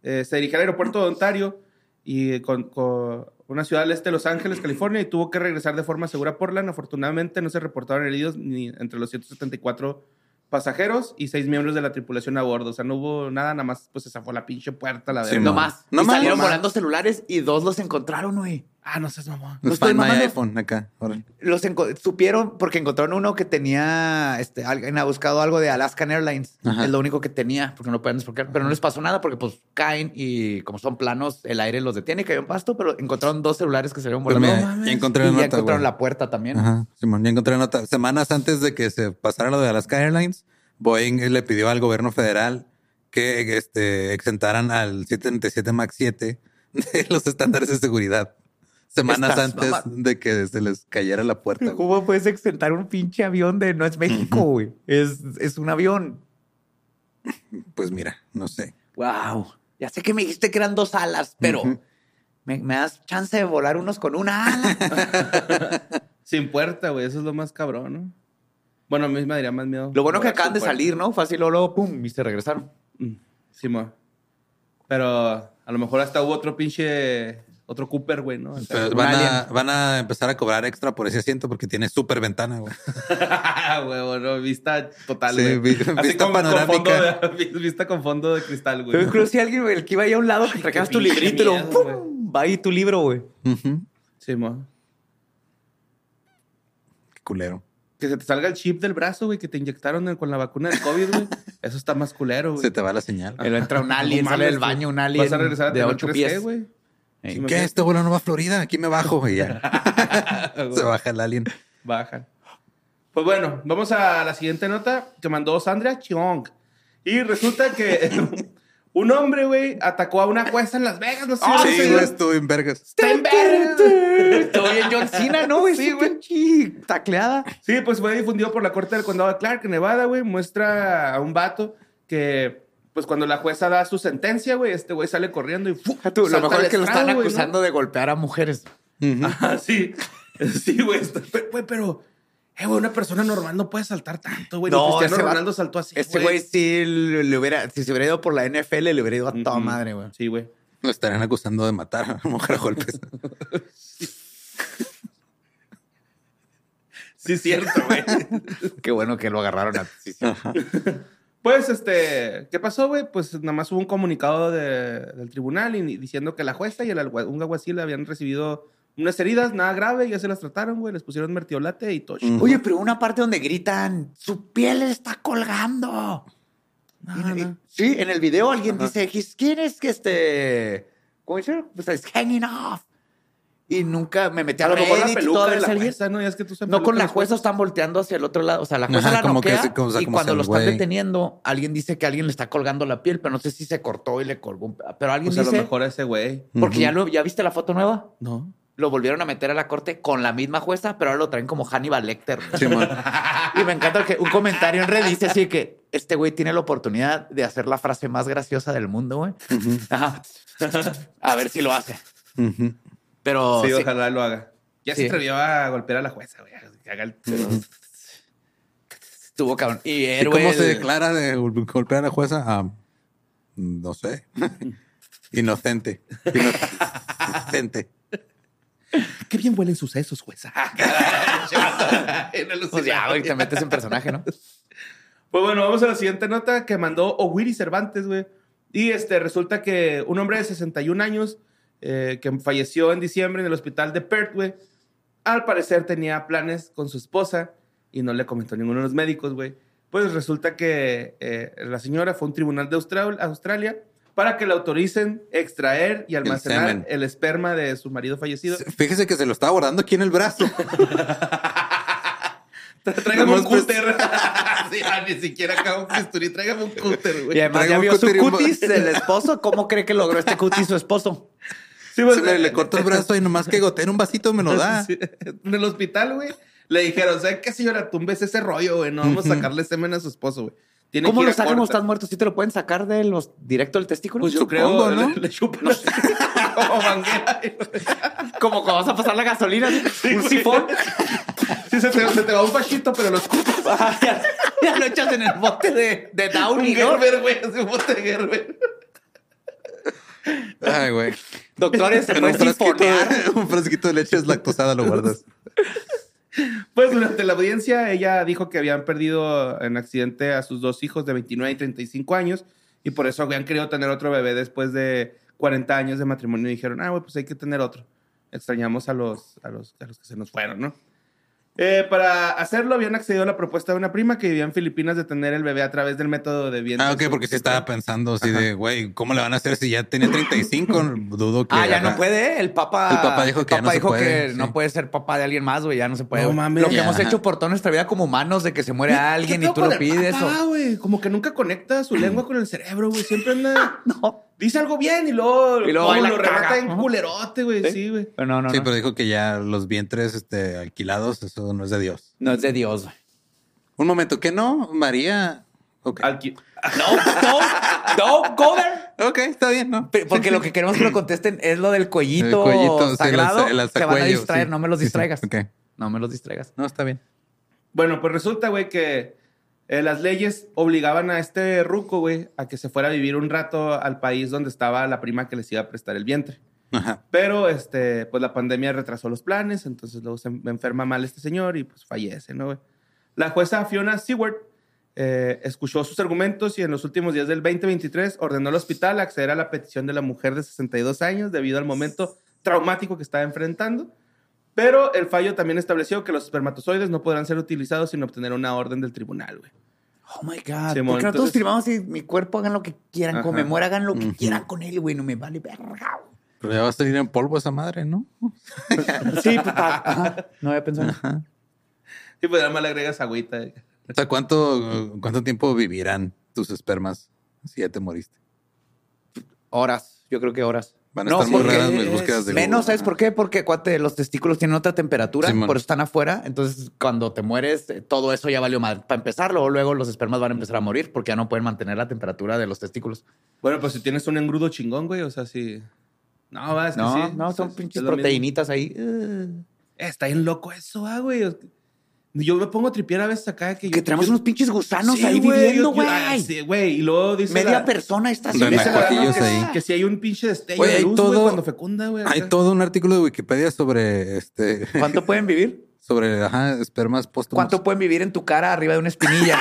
se dirigía al aeropuerto de Ontario y con una ciudad al este de Los Ángeles, California, y tuvo que regresar de forma segura a Portland. Afortunadamente no se reportaron heridos ni entre los 174 pasajeros y 6 miembros de la tripulación a bordo. O sea, no hubo nada más, pues se zafó la pinche puerta, la verdad. No más. No Y más. salieron No más. volando celulares y 2 los encontraron, güey. Ah, no seas mamón. No Los estoy Find My mamando. iPhone acá. Órale. Supieron porque encontraron uno que tenía, alguien ha buscado algo de Alaskan Airlines. Ajá. Es lo único que tenía porque no pueden desbloquear. Pero no les pasó nada porque pues caen y como son planos, el aire los detiene y cayó en pasto. Pero encontraron 2 celulares que salieron Pues volando. mira, ya encontré y la ya nota, encontraron güey. la puerta también. Ajá, Simón, ya encontré la nota. Semanas antes de que se pasara lo de Alaska Airlines, Boeing le pidió al gobierno federal que exentaran al 737 MAX 7 de los estándares de seguridad. Semanas Estás antes de que se les cayera la puerta. güey. ¿Cómo puedes exentar un pinche avión de no es México, güey? Es un avión. Pues mira, no sé. Wow. Ya sé que me dijiste que eran 2 alas, pero Ujú. me das chance de volar unos con una ala. Sin puerta, güey. Eso es lo más cabrón, ¿no? Bueno, a mí me daría más miedo. Lo bueno que volar acaban sin de puerta. salir, ¿no? Fácil, luego, pum, y se regresaron. Sí, mo. Pero a lo mejor hasta hubo otro Cooper, güey, ¿no? Pero un van a empezar a cobrar extra por ese asiento porque tiene súper ventana, güey. Güey, no, vista total, Sí, güey. vista Así como con fondo panorámica. vista con fondo de cristal, Pero güey. creo que si alguien, güey, el que iba ahí a un lado, que trajeras tu pinche librito y miedo, luego, ¡pum! Va ahí tu libro, güey. Ujú. Sí, mo. Qué culero. Que se te salga el chip del brazo, güey, que te inyectaron con la vacuna del COVID, güey. Eso está más culero, güey. Se te va la señal. Pero entra un alien, No sale del mames, baño güey. un alien Vas a regresar a de tener 8 3G, pies. güey. Ey. Sí, me ¿Qué? fui. Este vuelo no va a Florida. Aquí me bajo y ya. Se baja el alien. Bajan. Pues bueno, vamos a la siguiente nota que mandó Sandra Chiong. Y resulta que un hombre, güey, atacó a una jueza en Las Vegas. No sé si Sí, güey, estuvo en vergas. Está en verga. Todo bien John Cena, ¿no, güey? Sí, Sí, güey. güey. Tacleada. Sí, pues fue difundido por la corte del condado de Clark, Nevada, güey. Muestra a un vato que, pues cuando la jueza da su sentencia, güey, este güey sale corriendo y ¡fu! Lo salta mejor al es que lo están estrado, güey, acusando de golpear a mujeres. ¿no? Ajá, sí. Sí, güey. Güey, pero... güey, una persona normal no puede saltar tanto, güey. No, Ni Cristiano ese Ronaldo saltó así, Este güey sí le hubiera... Si se hubiera ido por la NFL, le hubiera ido a toda madre, güey. Sí, güey. Lo estarían acusando de matar a una mujer a golpes. Sí, es cierto, güey. Qué bueno que lo agarraron a... Sí, sí. Pues, ¿qué pasó, güey? Pues nada más hubo un comunicado del tribunal y diciendo que la jueza y un alguacil habían recibido unas heridas, nada grave, ya se las trataron, güey. Les pusieron mertiolate y todo. Oye, pero una parte donde gritan, su piel está colgando. Sí, en el video alguien dice, his skin is que ¿cómo dice? Pues it's hanging off. Y nunca me metí A lo mejor la Reddit y peluca todo, de la ¿sabes? jueza, ¿no? Ya es que tú No, con la jueza están volteando hacia el otro lado. O sea, la jueza Ajá, la como que noquea sí, como, o sea, y como cuando si el lo están güey- deteniendo, alguien dice que alguien le está colgando la piel, pero no sé si se cortó y le colgó un... Pero alguien Pues a lo dice... mejor ese güey. Porque ya viste la foto nueva. No. Lo volvieron a meter a la corte con la misma jueza, pero ahora lo traen como Hannibal Lecter. Sí, man. Y me encanta que un comentario en Reddit dice así que este güey tiene la oportunidad de hacer la frase más graciosa del mundo, güey. Ajá. A ver si lo hace. Ujú. Pero Sí, sí. ojalá lo haga. Ya Sí. se atrevió a golpear a la jueza, güey. Que haga el... Estuvo cabrón. Y ¿Y héroe. cómo se declara de golpear a la jueza? No sé. Inocente. Inocente. Qué bien huelen sus sesos, jueza. Pues ya, güey, te metes en personaje, ¿no? Pues bueno, vamos a la siguiente nota que mandó Owiri Cervantes, güey. Y resulta que un hombre de 61 años que falleció en diciembre en el hospital de Perth, güey, al parecer tenía planes con su esposa y no le comentó a ninguno de los médicos, güey. Pues resulta que la señora fue a un tribunal de Australia para que le autoricen extraer y almacenar semen. el esperma de su marido fallecido. Fíjese que se lo estaba guardando aquí en el brazo. Tráigame un Nomás, pues- cúter. Sí, ni siquiera acá un bisturí. Tráigame un cúter, güey. Y además Traiga ya un vio su cutir y un- cutis del esposo. ¿Cómo cree que logró este cutis su esposo? Sí, pues, Se le cortó el brazo y nomás que gotea en un vasito me lo da. sí, en el hospital, güey, le dijeron, ¿sabes qué, señora? Tumbes ese rollo, güey. No vamos a sacarle semen a su esposo, güey. Tiene ¿Cómo que ir lo a sacan cuando corte. estás muerto? ¿Sí te lo pueden sacar de los directo del testículo? Pues yo Supongo, creo, ¿no? le chupan así, como manguera. Como cuando vas a pasar la gasolina, ¿sí? Un sifón. Sí, se te va un fachito, pero lo escupes. Ya lo echas en el bote de Un Downey, ¿no? Gerber, güey. Así un bote de Gerber. Ay, güey. Doctores, ¿se puede sifonear? Un frasquito de leche deslactosada lo guardas. Pues durante la audiencia, ella dijo que habían perdido en accidente a sus 2 hijos de 29 y 35 años y por eso habían querido tener otro bebé después de 40 años de matrimonio y dijeron, güey, pues hay que tener otro. Extrañamos a los que se nos fueron, ¿no? Para hacerlo habían accedido a la propuesta de una prima que vivía en Filipinas de tener el bebé a través del método de vientre. Ok, porque sí estaba pensando así de, güey, ¿cómo le van a hacer si ya tenía 35? Dudo que... Ya no puede. El Papa dijo que no puede ser papá de alguien más, güey. Ya no se puede. No güey. mames. Lo que hemos hecho por toda nuestra vida como humanos de que se muere alguien y tú lo pides. güey. Como que nunca conecta su lengua con el cerebro, güey. Siempre anda... No. Dice algo bien y luego ahí la lo remata caga. en culerote, güey. Sí, güey. Pero no. Pero dijo que ya los vientres alquilados, eso no es de Dios. No es de Dios, güey. Un momento, ¿qué no? María... Okay. No, go there. Ok, está bien, ¿no? Porque lo que queremos que lo contesten es lo del cuellito, sagrado. El se van a alzacuello, distraer, sí. no me los distraigas. Sí. Ok. No me los distraigas. No, está bien. Bueno, pues resulta, güey, que las leyes obligaban a este ruco, güey, a que se fuera a vivir un rato al país donde estaba la prima que les iba a prestar el vientre. Ajá. Pero, pues la pandemia retrasó los planes, entonces luego se enferma mal este señor y pues fallece, ¿no, güey? La jueza Fiona Seward escuchó sus argumentos y en los últimos días del 2023 ordenó al hospital acceder a la petición de la mujer de 62 años debido al momento traumático que estaba enfrentando. Pero el fallo también estableció que los espermatozoides no podrán ser utilizados sin obtener una orden del tribunal, güey. Oh my God. Simón, ¿Por qué no todos entonces- firmamos y mi cuerpo hagan lo que quieran, Ajá. como me muera, hagan lo que quieran con él, güey? No me vale verga. Pero ya va a salir en polvo esa madre, ¿no? Sí, papá. Ajá. No había pensado. Ajá. Y pues además le agregas agüita. O sea, ¿cuánto tiempo vivirán tus espermas si ya te moriste? Horas. Yo creo que horas. Van a estar muy porque raras mis búsquedas de menos, Google. ¿sabes por qué? Porque los testículos tienen otra temperatura, Simón. por eso están afuera. Entonces, cuando te mueres, todo eso ya valió mal. Para empezar, luego los espermas van a empezar a morir porque ya no pueden mantener la temperatura de los testículos. Bueno, pues si tienes un engrudo chingón, güey, o sea, sí. No, va, es que sí. No, son Es pinches lo mismo. proteínitas ahí. Está bien loco eso, güey. Yo me pongo a tripear a veces acá que Traemos unos pinches gusanos Sí, ahí güey, viviendo, yo- güey. sí, güey. Y luego dice Media persona está De haciendo dice eso. nacuajillos que, ahí. que si hay un pinche destello Güey, de hay luz, güey, todo- cuando fecunda, güey. Hay acá. todo un artículo de Wikipedia sobre ¿Cuánto pueden vivir? sobre espermas póstumos. ¿Cuánto pueden vivir en tu cara arriba de una espinilla?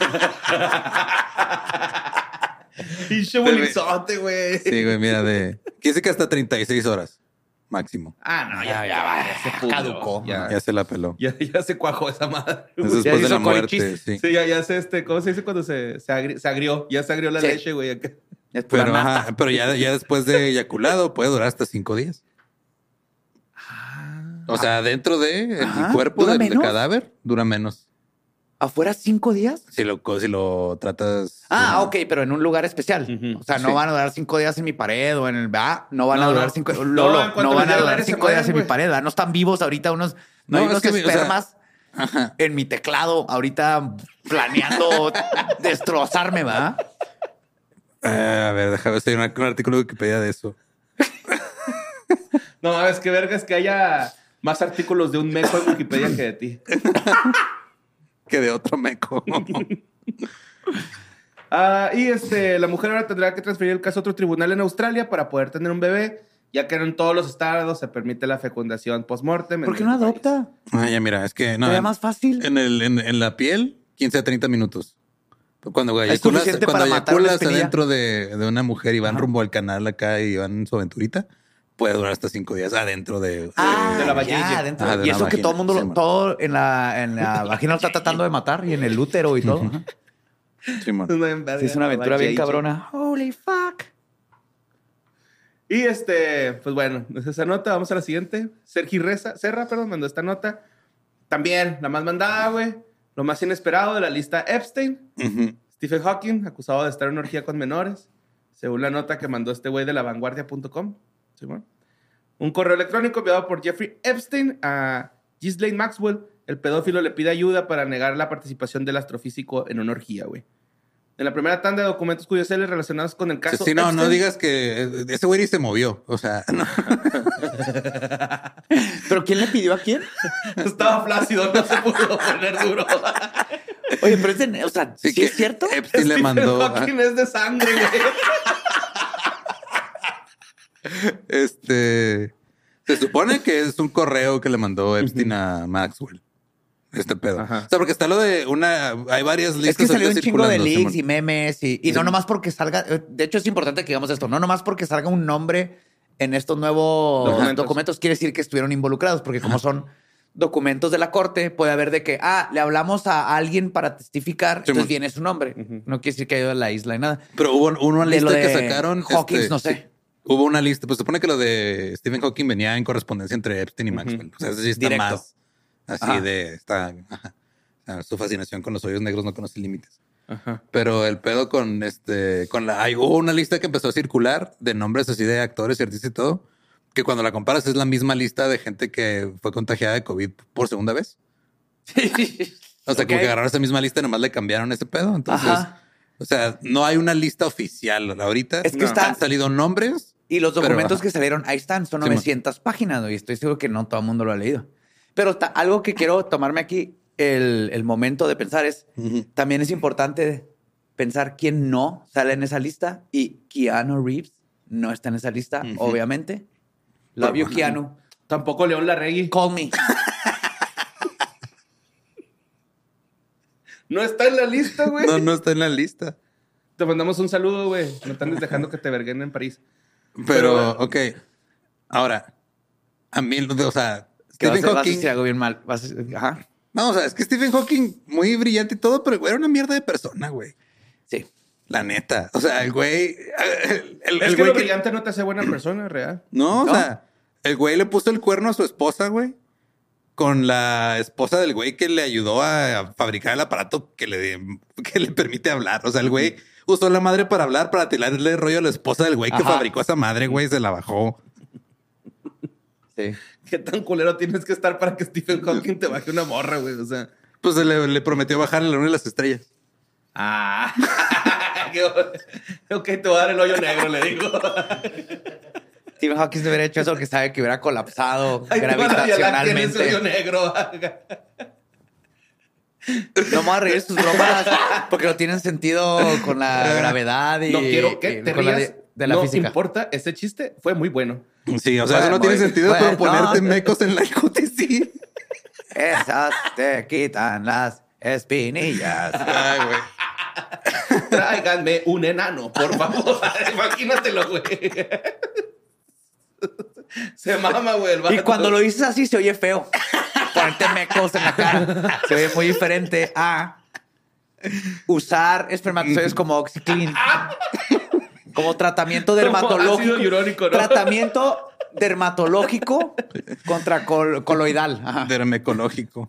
Pinche bulizote, güey. Sí, güey, mira, dice que hasta 36 horas máximo. No, ya se pudrió. Caducó. Ya se la peló. Ya se cuajó esa madre. Es güey. después de hizo la muerte, colichis. sí. Sí, ya se, ¿cómo se dice cuando se agrió? Ya se agrió la Sí. leche, güey. acá. Es pura Pero, nafta. ajá, pero ya después de eyaculado puede durar hasta 5 días. O sea, dentro del Ajá, cuerpo ¿dura del menos? cadáver dura menos. ¿Afuera 5 días? Si lo tratas. Ok, pero en un lugar especial. Ujú. O sea, no Sí. van a durar 5 días en mi pared o en el... no van a No, durar no. 5... No, Lolo, en cuanto no van les a dé el durar aire se 5 días mueren, en mi güey. pared. ¿verdad? No están vivos ahorita unos... No, No, hay es unos que, o sea, espermas Ajá. en mi teclado ahorita planeando destrozarme, ¿va? A ver, déjame ver si hay un artículo de Wikipedia de eso. No, mames, qué verga es que haya más artículos de un meco en Wikipedia que de ti. Que de otro meco. Y la mujer ahora tendrá que transferir el caso a otro tribunal en Australia para poder tener un bebé, ya que en todos los estados se permite la fecundación post-mortem. ¿Por qué no adopta? Ya mira, es que no. Sería más fácil. En la piel, 15 a 30 minutos. Cuando Es eyaculas, suficiente para matar una espinilla. adentro de una mujer y van rumbo al canal acá y van en su aventurita, puede durar hasta 5 días adentro de... de la vagina. ya, dentro. Ajá, de Y la eso que vagina, todo el mundo, sí, man. todo en la vagina lo está tratando de matar y en el útero y todo. Ajá. Simón. Sí, es una aventura bien cabrona. Holy fuck. Y pues bueno, es esa nota. Vamos a la siguiente. Serra, mandó esta nota. También, la más mandada, güey. Lo más inesperado de la lista Epstein. Ujú. Stephen Hawking, acusado de estar en una orgía con menores. Según la nota que mandó este güey de lavanguardia.com. ¿Sí, bueno? Un correo electrónico enviado por Jeffrey Epstein a Ghislaine Maxwell. El pedófilo le pide ayuda para negar la participación del astrofísico en una orgía, güey. En la primera tanda de documentos judiciales relacionados con el caso Sí, no Epstein, digas que ese güey ni se movió. O sea, no. ¿Pero quién le pidió a quién? estaba flácido, no se pudo poner duro. Oye, pero ¿sí que es cierto? Epstein le Stephen mandó... Hawking es de sangre, güey. Se supone que es un correo que le mandó Epstein a Maxwell. Este pedo. Ajá. O sea, porque está lo de hay varias listas. Es que salió un ahorita chingo de circulando, leaks Simón. y memes y no nomás porque salga. De hecho, es importante que digamos esto. No nomás porque salga un nombre en estos nuevos documentos quiere decir que estuvieron involucrados, porque como son documentos de la corte, puede haber de que, le hablamos a alguien para testificar, entonces viene su nombre. No quiere decir que haya ido a la isla y nada. Pero hubo una De lista lo que de sacaron. Hawkins, no sé. Sí. Hubo una lista. Pues se supone que lo de Stephen Hawking venía en correspondencia entre Epstein y Maxwell. O sea, eso sí está Directo. más así o sea, su fascinación con los hoyos negros no conoce límites. Ajá. Pero el pedo con hubo una lista que empezó a circular de nombres así de actores y artistas y todo, que cuando la comparas es la misma lista de gente que fue contagiada de COVID por segunda vez. O sea, como que agarraron esa misma lista y nomás le cambiaron ese pedo. Entonces, o sea, no hay una lista oficial ahorita. Es que han salido nombres. Y los documentos pero, que salieron, ahí están, son Sí, 900 páginas, y estoy seguro que no todo el mundo lo ha leído. Pero algo que quiero tomarme aquí, el momento de pensar es, también es importante pensar quién no sale en esa lista, y Keanu Reeves no está en esa lista, obviamente. Love you, Keanu. Tampoco León Larregui. Call me. No está en la lista, güey. No está en la lista. Te mandamos un saludo, güey. No te andes dejando que te verguen en París. Pero ok. Ahora, a mí, o sea, Stephen Vas a Hawking. decir algo bien mal. Ajá. No, o sea, es que Stephen Hawking, muy brillante y todo, pero el güey era una mierda de persona, güey. Sí. La neta. O sea, el güey. Es que lo brillante no te hace buena persona, real. No, o sea, el güey le puso el cuerno a su esposa, güey. Con la esposa del güey que le ayudó a fabricar el aparato que le permite hablar. O sea, el güey usó la madre para hablar, para tirarle rollo a la esposa del güey que fabricó esa madre, güey, se la bajó. Sí. ¿Qué tan culero tienes que estar para que Stephen Hawking te baje una morra, güey? O sea. Pues le prometió bajarle la luna y las estrellas. Ah. Ok, te voy a dar el hoyo negro, le digo. Stephen Hawking no hubiera hecho eso porque sabe que hubiera colapsado Ay, gravitacionalmente. ese hoyo negro. No me voy a reír sus bromas porque no tienen sentido con la gravedad y No quiero que te con la rías. de la no física. importa, ese chiste fue muy bueno. Sí, o sea, eso no tiene sentido, pero ponerte mecos en la cutis, sí. Esas te quitan las espinillas. Ay, güey. Tráiganme un enano, por favor. Imagínatelo, güey. Se mama, güey. El vato. Y cuando lo dices así se oye feo. Ponerte mecos en la cara se oye muy diferente a usar espermatozoides como OxyClean. Como tratamiento dermatológico. Ácido hialurónico, ¿no? Tratamiento dermatológico contra coloidal. Ajá. Dermecológico.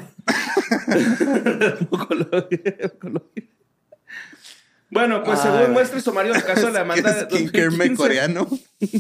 Bueno, pues según muestra el sumario del caso de la demanda de Skincare 2015, coreano.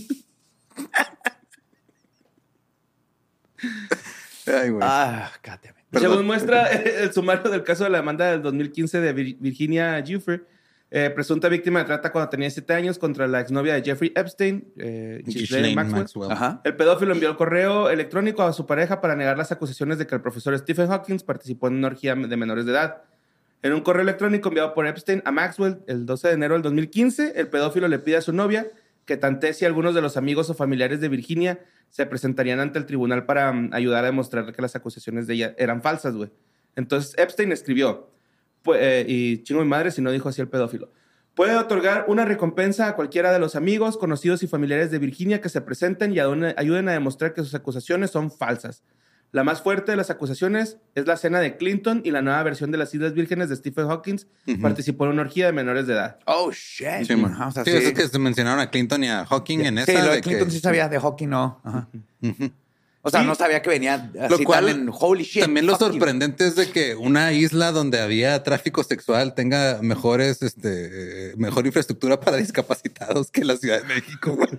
Ay, güey. Según muestra el sumario del caso de la demanda del 2015 de Virginia Giuffre, presunta víctima de trata cuando tenía 7 años contra la exnovia de Jeffrey Epstein, Ghislaine Maxwell. Ajá. El pedófilo envió el correo electrónico a su pareja para negar las acusaciones de que el profesor Stephen Hawking participó en una orgía de menores de edad. En un correo electrónico enviado por Epstein a Maxwell el 12 de enero del 2015, el pedófilo le pide a su novia que tantee si algunos de los amigos o familiares de Virginia se presentarían ante el tribunal para ayudar a demostrar que las acusaciones de ella eran falsas, güey. Entonces Epstein escribió, y chingo mi madre si no dijo así el pedófilo, puede otorgar una recompensa a cualquiera de los amigos, conocidos y familiares de Virginia que se presenten y ayuden a demostrar que sus acusaciones son falsas. La más fuerte de las acusaciones es la cena de Clinton y la nueva versión de las Islas Vírgenes de Stephen Hawking participó en una orgía de menores de edad. Oh, shit. Sí, man. O sea, sí, eso es que se mencionaron a Clinton y a Hawking en esa. Sí, lo de de Clinton que, sí sabía, de Hawking no. Ajá. O sea, Sí. no sabía que venía Lo así cual, tan en holy shit. también lo fuck you. sorprendente es de que una isla donde había tráfico sexual tenga mejor infraestructura para discapacitados que la Ciudad de México, güey.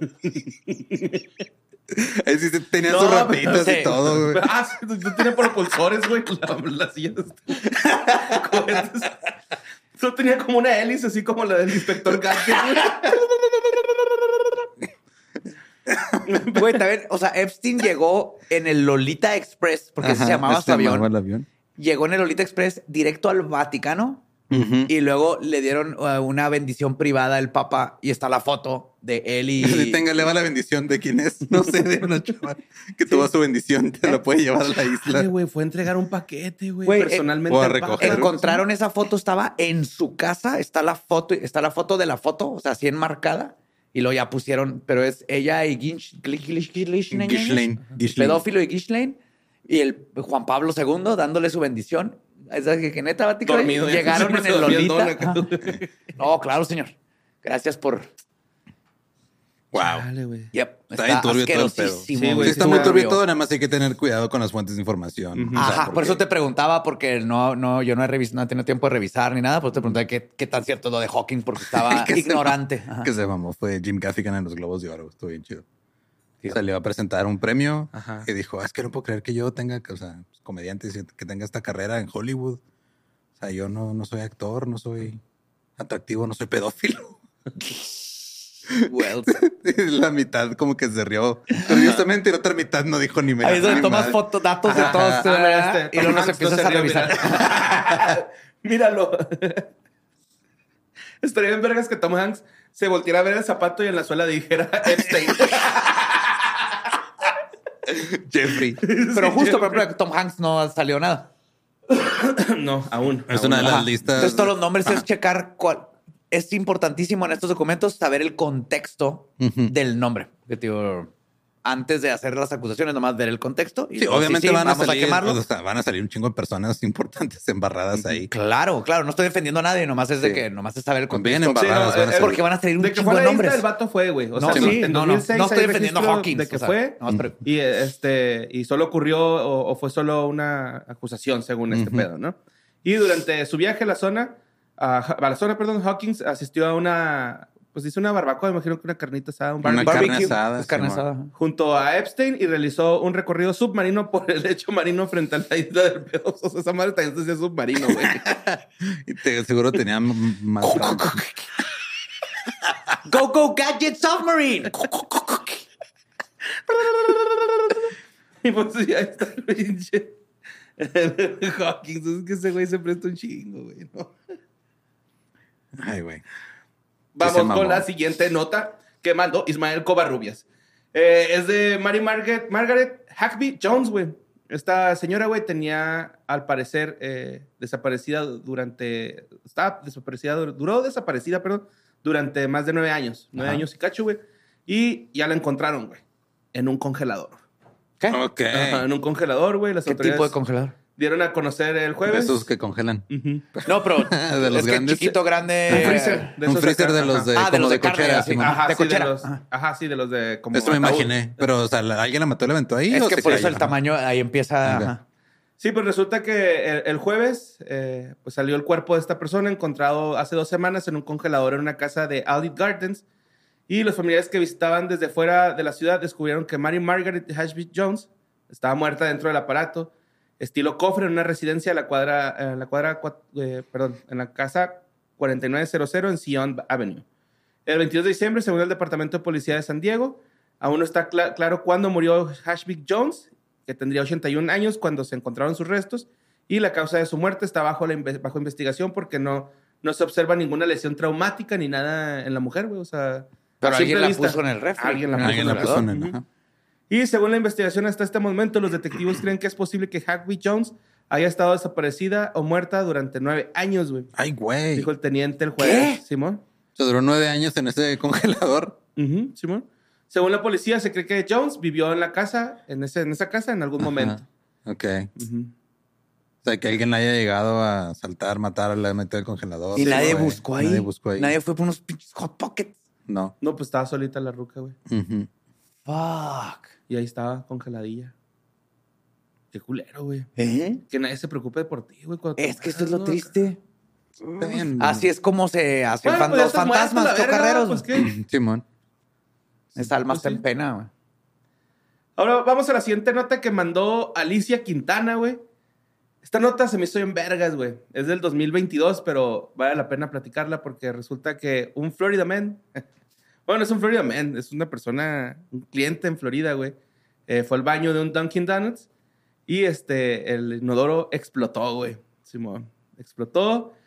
Ahí sí tenían sus rapitas sí. y todo, güey. Ah, sí, no tiene propulsores, güey. Las sillas. No tenía como una hélice, así como la del inspector Gadget, Güey, también, o sea, Epstein llegó en el Lolita Express, porque así se llamaba su avión. El avión. Llegó en el Lolita Express directo al Vaticano Y luego le dieron una bendición privada al Papa y está la foto de él y... Sí, le va la bendición de quién es. No sé, de una chava que tuvo su bendición. Te la puede llevar a la isla. Ay, güey, fue a entregar un paquete, güey, Güey, personalmente. o a al recoger. Papa. Encontraron esa foto, estaba en su casa, está la foto de la foto, o sea, así enmarcada. Y luego ya pusieron, pero es ella y Ghislaine. pedófilo y Ghislaine. Y el Juan Pablo II dándole su bendición. Es que neta, Vaticano, Dormido, llegaron en siempre se el dormía el Lolita. don Ajá. No, claro, señor. Gracias por... Wow. Dale, güey. Yep, Está bien turbio todo el pedo. asquerosísimo, Sí, güey, Sí, está sí, muy está turbio turbio. todo, nada más hay que tener cuidado con las fuentes de información. Ujú. O sea, Ajá, por porque- eso te preguntaba, porque yo no he revisado, no he tenido tiempo de revisar ni nada, por eso te preguntaba qué tan cierto es lo de Hawking, porque estaba Que se ignorante. Ajá. Que se mamó. Fue Jim Gaffigan en los Globos de Oro. Estuvo bien chido. Sí. Salió a presentar un premio Ajá. y dijo, es que no puedo creer que yo tenga, o sea, comediante, que tenga esta carrera en Hollywood. O sea, yo no soy actor, no soy atractivo, no soy pedófilo. Well, La mitad como que se rió curiosamente y la otra mitad no dijo ni menos. ahí es donde ni tomas madre. fotos, datos de Ajá, todos. ajá. ¿verdad? Y luego Tom los Hanks empiezas no a se rió, revisar. Míralo. Estaría bien vergas que Tom Hanks se volteara a ver el zapato y en la suela dijera Epstein. Jeffrey. Pero justo, por ejemplo, Tom Hanks no salió nada. No, aún. Es una de las Ajá. listas. Entonces, todos los nombres es checar cuál. Es importantísimo en estos documentos saber el contexto del nombre. Que digo, antes de hacer las acusaciones, nomás ver el contexto. Y Sí, luego, obviamente sí, van a vamos salir, quemarlo. o sea, van a salir un chingo de personas importantes embarradas ahí. Claro, no estoy defendiendo a nadie, nomás es de que nomás es saber el Bien contexto. embarradas van a salir. Porque van a salir un de que chingo fue de la lista nombres. del vato fue, güey. O No, sea, sí, en no 2006 estoy hay defendiendo a registro Hawkins, de que o sea, fue no, pero- y solo ocurrió o fue solo una acusación según este pedo, ¿no? Y durante su viaje a la zona, Hawkins asistió a una, pues hizo una barbacoa, me imagino que una carnita asada, un Una barbecue, carne asada. Es carne Simón. asada. junto a Epstein y realizó un recorrido submarino por el lecho marino frente a la isla del Pedos. O sea, esa madre también se hacía submarino, güey. Y seguro tenía más. Go Gadget Submarine. Y pues ya está el pinche Hawkins. Es que ese güey se presta un chingo, güey, ¿no? Ay, güey. Vamos se mamó. con la siguiente nota que mandó Ismael Covarrubias. Es de Mary Margaret Hackby Jones, güey. Esta señora, güey, tenía, al parecer, desaparecida durante... Duró desaparecida, perdón, durante más de 9 años. 9 Ajá. años y cacho, güey. Y ya la encontraron, güey, en un congelador. ¿Qué? Ok. Ajá, en un congelador, güey. Las ¿Qué tipo de autoridades congelador? dieron a conocer el De jueves. esos que congelan. Ujú. No, pero De los es que grandes. chiquito, grande. Un freezer. Un esos freezer acá, de los ajá. de, Ah, de como los de de carne, cochera. así. Simón. Ajá, de sí, cochera. de los, Ajá. ajá, sí, de los de como Eso me ataúd. imaginé. Pero, o sea, ¿alguien la mató y la aventó ahí? Es o que se por eso cayó? el tamaño ahí empieza. Ok. Ajá. Sí, pues resulta que el jueves pues salió el cuerpo de esta persona encontrado hace 2 semanas en un congelador en una casa de Aldit Gardens. Y los familiares que visitaban desde fuera de la ciudad descubrieron que Mary Margaret Hackby Jones estaba muerta dentro del aparato, estilo cofre, en una residencia en la casa 4900 en Sion Avenue. El 22 de diciembre, según el Departamento de Policía de San Diego, aún no está claro cuándo murió Hackby Jones, que tendría 81 años cuando se encontraron sus restos, y la causa de su muerte está bajo investigación porque no se observa ninguna lesión traumática ni nada en la mujer, güey. O sea, Pero a alguien simple la vista, puso en el refri. Alguien la Alguien la puso en el. Ujú. Ajá. Y según la investigación hasta este momento, los detectivos creen que es posible que Hackby Jones haya estado desaparecida o muerta durante 9 años, güey. Ay, güey. Dijo el teniente el jueves. Simón. Se duró 9 años en ese congelador. Ujú, Simón. Según la policía, se cree que Jones vivió en la casa, en esa casa en algún momento. Ok. Ujú. O sea, que alguien la haya llegado a saltar, matar, la metió al congelador. Y Sí, nadie güey. buscó ahí. Nadie buscó ahí. Nadie fue por unos pinches hot pockets. No. No, pues estaba solita la ruca, güey. Ujú. Fuck. Y ahí estaba congeladilla. Qué culero, güey. ¿Eh? Que nadie se preocupe por ti, güey. cuando te Es que mueras, eso es lo ¿no? triste. Está bien. Así es como se hacen Bueno, pues ya los estás muerto, fantasmas la verga, chocarreros. pues, ¿qué? Simón. Esa alma pues está sí. en pena, güey. Ahora vamos a la siguiente nota que mandó Alicia Quintana, güey. Esta nota se me hizo en vergas, güey. Es del 2022, pero vale la pena platicarla porque resulta que un Florida Man, bueno, es un Florida Man, es una persona, un cliente en Florida, güey. Fue al baño de un Dunkin' Donuts y el inodoro explotó, güey. Simón, explotó.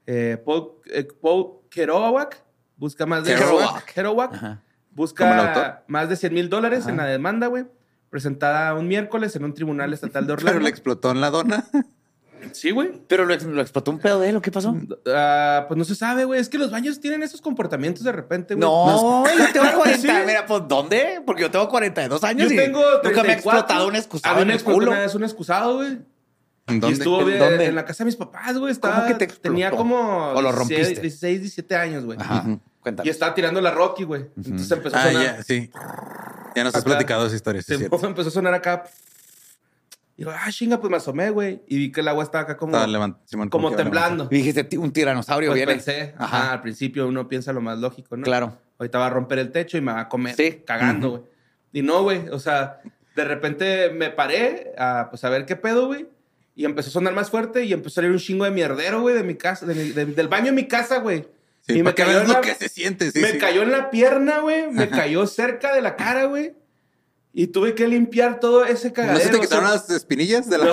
Paul Kerouac busca más de... Kerouac. Ajá. Busca más de $100,000 en la demanda, güey. Presentada un miércoles en un tribunal estatal de Orlando. Pero le explotó en la dona. Sí, güey. Pero lo explotó un pedo de él, ¿o qué pasó? Pues no se sabe, güey. Es que los baños tienen esos comportamientos de repente, güey. No, yo tengo 40. Sí. Mira, pues, ¿dónde? Porque yo tengo 42 años Yo y tengo nunca me ha 34. explotado un A excusado mí en me el explotó culo. una vez un excusado, güey. ¿En Y dónde? estuvo bien dónde? en la casa de mis papás, güey. ¿Cómo que te explotó? Tenía como ¿O lo rompiste? 16, 17 años, güey. Ajá, cuéntame. Y estaba tirando la Rocky, güey. Entonces empezó a sonar. Ya, sí. Ya nos has Acá. platicado esa historia, sí, es cierto. Empezó a sonar acá. Y digo, chinga, pues me asomé, güey. Y vi que el agua estaba acá como, Simón, como que iba a temblando. Y dijiste, un tiranosaurio Pues viene. pensé, ajá, al principio uno piensa lo más lógico, ¿no? Claro. Ahorita va a romper el techo y me va a comer, Sí. cagando, güey. Y no, güey, o sea, de repente me paré pues a ver qué pedo, güey. Y empezó a sonar más fuerte y empezó a salir un chingo de mierdero, güey, de mi casa, del baño de mi casa, güey. Sí, y para que veas lo que se siente, sí, me sí. cayó en la pierna, güey. Me cayó cerca de la cara, güey. Y tuve que limpiar todo ese ¿No cagadero. se te quitaron las espinillas de la... No.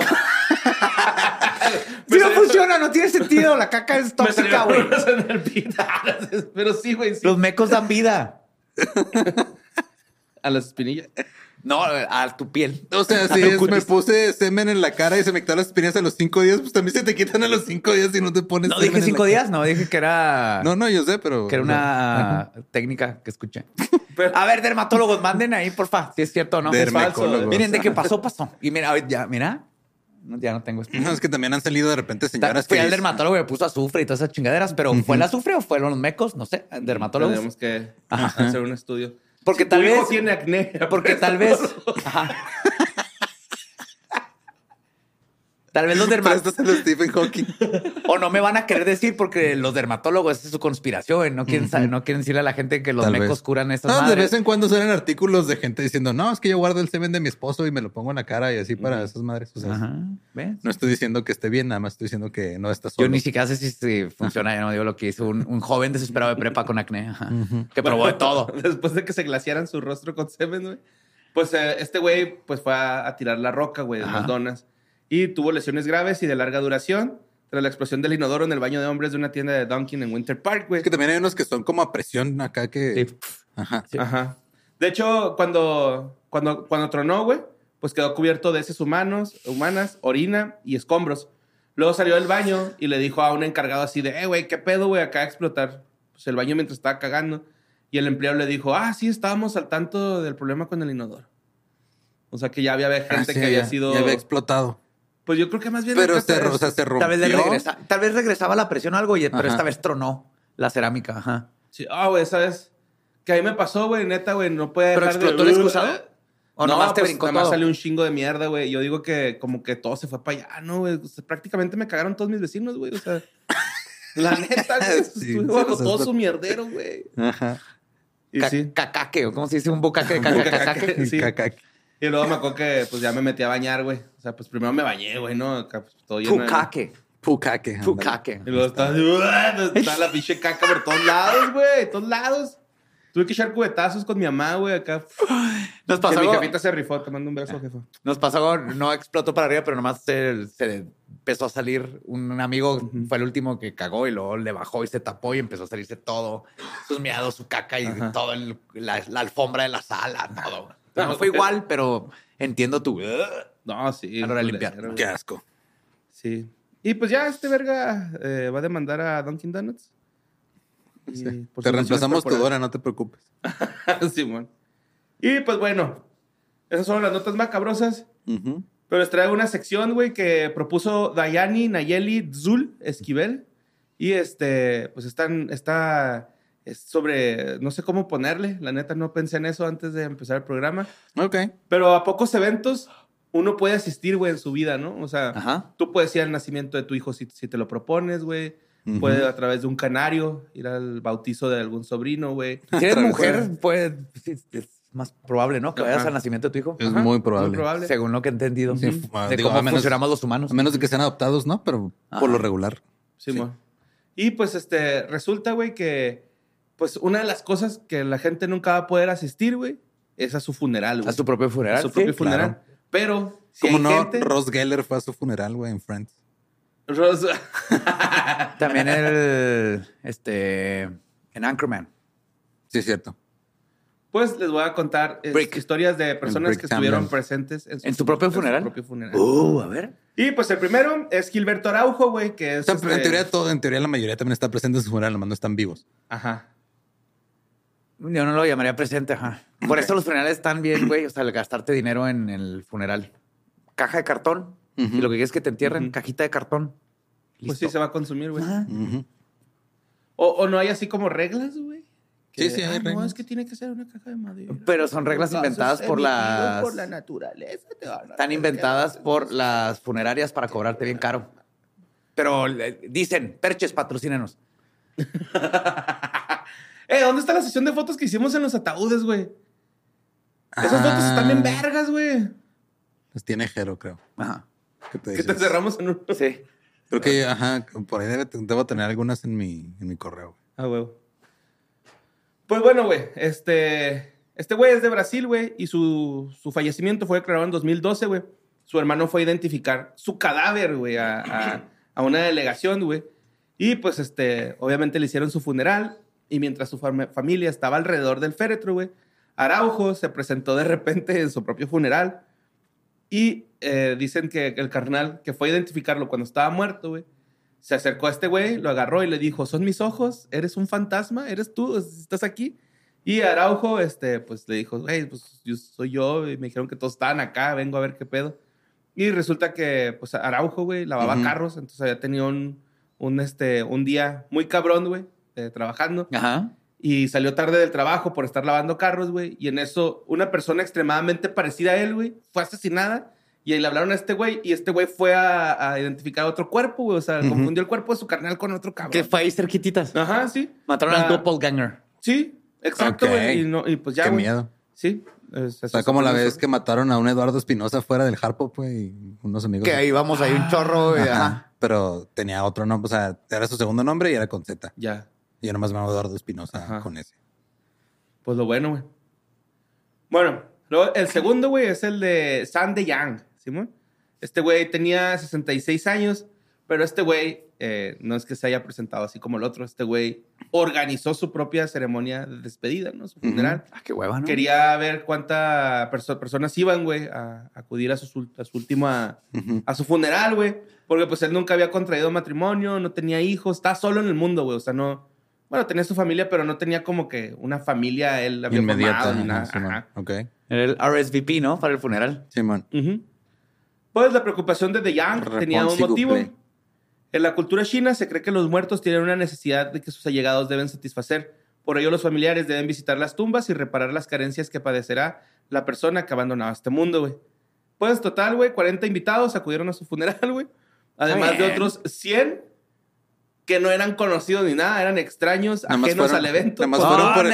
Si no funciona, no tiene sentido. La caca es Me tóxica, salieron güey. unos en el pito. Pero sí, güey. Sí. Los mecos dan vida. A las espinillas. No, a tu piel. O sea, si me puse semen en la cara y se me quitaron las espinillas a los 5 días, pues también se te quitan a los 5 días si no te pones No semen dije en 5 la días, no, dije que era... cara. No, yo sé, pero... Que era una técnica que escuché. Pero- A ver, dermatólogos, manden ahí, porfa, si es cierto o no. Dermacólogos. Miren, de que pasó. Y mira, ya, mira, ya no tengo esto. No, es que también han salido de repente señoras Fui que... al dermatólogo y me puso azufre y todas esas chingaderas, pero ¿fue el azufre o fueron los mecos? No sé, dermatólogos. Tenemos que hacer un estudio. Porque Si tal tu hijo vez- tiene acné. Porque tal vez... Ajá. Tal vez los dermatólogos... Prestas a Stephen Hawking. O no me van a querer decir porque los dermatólogos, esa es su conspiración. No quieren saber, no quieren decirle a la gente que los Tal mecos vez. curan esas No, de madres. vez en cuando salen artículos de gente diciendo, no, es que yo guardo el semen de mi esposo y me lo pongo en la cara y así para esas madres. O sea, Ajá, ¿ves? no estoy diciendo que esté bien, nada más estoy diciendo que no está solo. Yo ni siquiera sé si funciona. Yo no digo lo que hizo un joven desesperado de prepa con acné. Ajá. Que probó de todo. Después de que se glaciaran su rostro con semen, güey. Pues este güey pues fue a tirar la roca, güey, de Ajá. las donas. Y tuvo lesiones graves y de larga duración tras la explosión del inodoro en el baño de hombres de una tienda de Dunkin' en Winter Park, güey. Es que también hay unos que son como a presión acá que... Sí. Ajá. Sí. Ajá. De hecho, cuando tronó, güey, pues quedó cubierto de heces humanas, orina y escombros. Luego salió del baño y le dijo a un encargado así de, güey, ¿qué pedo, güey? Acaba de explotar pues, el baño mientras estaba cagando. Y el empleado le dijo, sí, estábamos al tanto del problema con el inodoro. O sea, que ya había gente Sí, que había ya- sido... ya había explotado. Pues yo creo que más bien... Pero acá se rompió. Tal vez regresaba la presión o algo, pero Ajá. esta vez tronó la cerámica. Ajá. Sí, güey, ¿sabes? Que ahí me pasó, güey, neta, güey, no puede ¿Pero dejar explotó el excusado? ¿O no, nomás te pues brincó nada más todo? salió un chingo de mierda, güey. Yo digo que como que todo se fue para allá, ¿no, güey? O sea, prácticamente me cagaron todos mis vecinos, güey. O sea, la neta, güey. Sí, Estuve bajo o sea, todo está- su mierdero, güey. Ajá. Y sí. Cacaque, ¿o cómo se dice? Un bocaque de Bucaque. cacaque. Sí. Caca. Y luego me acuerdo que pues ya me metí a bañar, güey. O sea, pues primero me bañé, güey, ¿no? Acá, pues, todo lleno de- Pucaque. Pucaque. ándale. Pucaque. Y luego estaba así, estaba la pinche caca por todos lados, güey. Todos lados. Tuve que echar cubetazos con mi mamá, güey, acá. Nos Que pasó mi algo- jefita se rifó. Te mando un beso, jefa. Nos pasó algo, no explotó para arriba, pero nomás se empezó a salir. Un amigo fue el último que cagó y luego le bajó y se tapó y empezó a salirse todo. Sus miados, su caca y todo la alfombra de la sala, todo. No fue igual, pero entiendo tu... No, sí. A la hora de culero, limpiar. güey. Qué asco. Sí. Y pues ya este verga va a demandar a Dunkin' Donuts. Y Sí. por Te sus lesiones reemplazamos tu corporales. Dora, no te preocupes. Simón. Y pues bueno, esas son las notas macabrosas. Ujú. Pero les traigo una sección, güey, que propuso Dayani Nayeli Zul Esquivel. Y pues está es sobre, no sé cómo ponerle. La neta no pensé en eso antes de empezar el programa. Ok. Pero a pocos eventos uno puede asistir, güey, en su vida, ¿no? O sea, Ajá. tú puedes ir al nacimiento de tu hijo si te lo propones, güey. Ujú. Puedes a través de un canario ir al bautizo de algún sobrino, güey. Si eres Otra vez. mujer, pues sí, es más probable, ¿no? Que vayas Ajá. al nacimiento de tu hijo. Es Ajá, muy probable. Según lo que he entendido. Sí, De digo, cómo a menos- funcionamos los humanos. A menos de que sean adoptados, ¿no? Pero Ajá. por lo regular. Simón. Y pues resulta, güey, que pues una de las cosas que la gente nunca va a poder asistir, güey, es a su funeral, güey. A su propio funeral. A su propio sí. funeral. claro. Pero si Como hay no, gente... Ross Geller fue a su funeral, güey, en Friends. También en Anchorman. Sí, es cierto. Pues les voy a contar historias de personas que estuvieron presentes en su propio funeral. A ver. Y pues el primero es Gilberto Araujo, güey, que es... En teoría la mayoría también está presente en su funeral, nomás no están vivos. Ajá. Yo no lo llamaría presente, ajá. Por eso los funerales están bien, güey. O sea, el gastarte dinero en el funeral. Caja de cartón. Y lo que quieres es que te entierren, cajita de cartón. Listo. Pues sí, se va a consumir, güey. Uh-huh. O no hay así como reglas, güey. Sí, hay reglas. No, es que tiene que ser una caja de madera. Pero son reglas inventadas por las... Por la naturaleza. Están inventadas por las funerarias para cobrarte bien caro. Pero dicen, Perches, patrocínenos. ¿Dónde está la sesión de fotos que hicimos en los ataúdes, güey? Esas fotos están bien vergas, güey. Las tiene Jero, creo. Ajá. Que te cerramos en un... Sí. Creo que, por ahí debo tener algunas en mi correo. Güey. Pues bueno, güey, este güey es de Brasil, güey, y su fallecimiento fue declarado en 2012, güey. Su hermano fue a identificar su cadáver, güey, a una delegación, güey. Y pues, obviamente le hicieron su funeral, y mientras su familia estaba alrededor del féretro, güey, Araujo se presentó de repente en su propio funeral. Y dicen que el carnal que fue a identificarlo cuando estaba muerto, güey, se acercó a este güey, lo agarró y le dijo, ¿son mis ojos? ¿Eres un fantasma? ¿Eres tú? ¿Estás aquí? Y Araujo, pues le dijo, hey, pues soy yo. Y me dijeron que todos estaban acá, vengo a ver qué pedo. Y resulta que, pues, Araujo, güey, lavaba carros. Entonces había tenido un día muy cabrón, güey, trabajando. Ajá. Y salió tarde del trabajo por estar lavando carros, güey. Y en eso, una persona extremadamente parecida a él, güey, fue asesinada. Y ahí le hablaron a este güey. Y este güey fue a identificar otro cuerpo, güey. O sea, confundió el cuerpo de su carnal con otro cabrón. Que fue ahí cerquititas. Ajá, sí. Mataron al doppelganger. Sí, exacto, güey. Okay. Y pues ya, Qué güey. miedo. Sí. O sea, como la vez que mataron a un Eduardo Espinosa fuera del Harpop, güey, y unos amigos. Que ahí vamos, ahí un chorro, güey. Ajá. Pero tenía otro nombre. O sea, era su segundo nombre y era con Z. Ya. Y yo nomás me llamo Eduardo Espinosa con ese. Pues lo bueno, güey. Bueno, luego el segundo, güey, es el de San de Yang, ¿sí, Este güey tenía 66 años, pero este güey no es que se haya presentado así como el otro. Este güey organizó su propia ceremonia de despedida, ¿no? Su funeral. Qué hueva, ¿no? Quería ver cuántas personas iban, güey, a acudir a su última... a su funeral, güey. Porque pues él nunca había contraído matrimonio, no tenía hijos, estaba solo en el mundo, güey. O sea, no... Bueno, tenía su familia, pero no tenía como que una familia él había formado ni nada. Ajá. Ok. Era el RSVP, ¿no? Para el funeral. Simón. Pues la preocupación de The Young tenía un motivo. En la cultura china se cree que los muertos tienen una necesidad de que sus allegados deben satisfacer. Por ello, los familiares deben visitar las tumbas y reparar las carencias que padecerá la persona que ha abandonado este mundo, güey. Pues, total, güey, 40 invitados acudieron a su funeral, güey. Además de otros 100 que no eran conocidos ni nada, eran extraños, ajenos al evento. Nada más fueron por...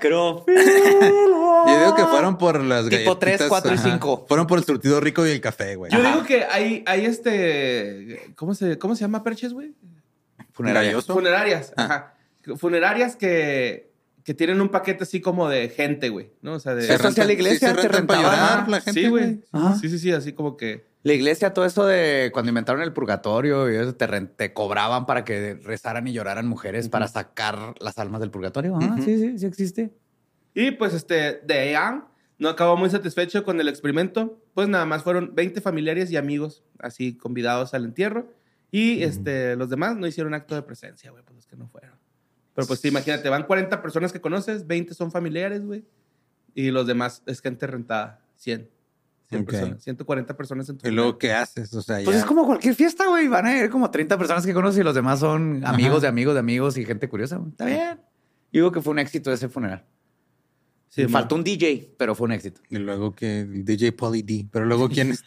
Yo digo que fueron por las galletitas. Tipo 3, 4 y 5. Fueron por el surtido rico y el café, güey. Yo digo que hay ¿Cómo se llama, Perches, güey? Funerarias. Ajá. Funerarias que tienen un paquete así como de gente, güey, ¿no? O sea, de... Eso hacia la iglesia te rentaba la gente, sí, güey. Sí, así como que... La iglesia, todo eso de cuando inventaron el purgatorio y eso, te cobraban para que rezaran y lloraran mujeres para sacar las almas del purgatorio. Sí existe. Y pues De Yang no acabó muy satisfecho con el experimento. Pues nada más fueron 20 familiares y amigos así convidados al entierro. Y los demás no hicieron acto de presencia, güey, pues los que no fueron. Pero pues sí, imagínate, van 40 personas que conoces, 20 son familiares, güey. Y los demás es gente rentada, 100 personas, 140 personas en tu ¿Y luego qué haces? O sea, pues es como cualquier fiesta, güey. Van a ir como 30 personas que conoces y los demás son amigos de amigos de amigos y gente curiosa, güey. Está bien. Digo que fue un éxito ese funeral. Sí, faltó un DJ, pero fue un éxito. Y luego que el DJ Pauly D. Pero luego, ¿quién es?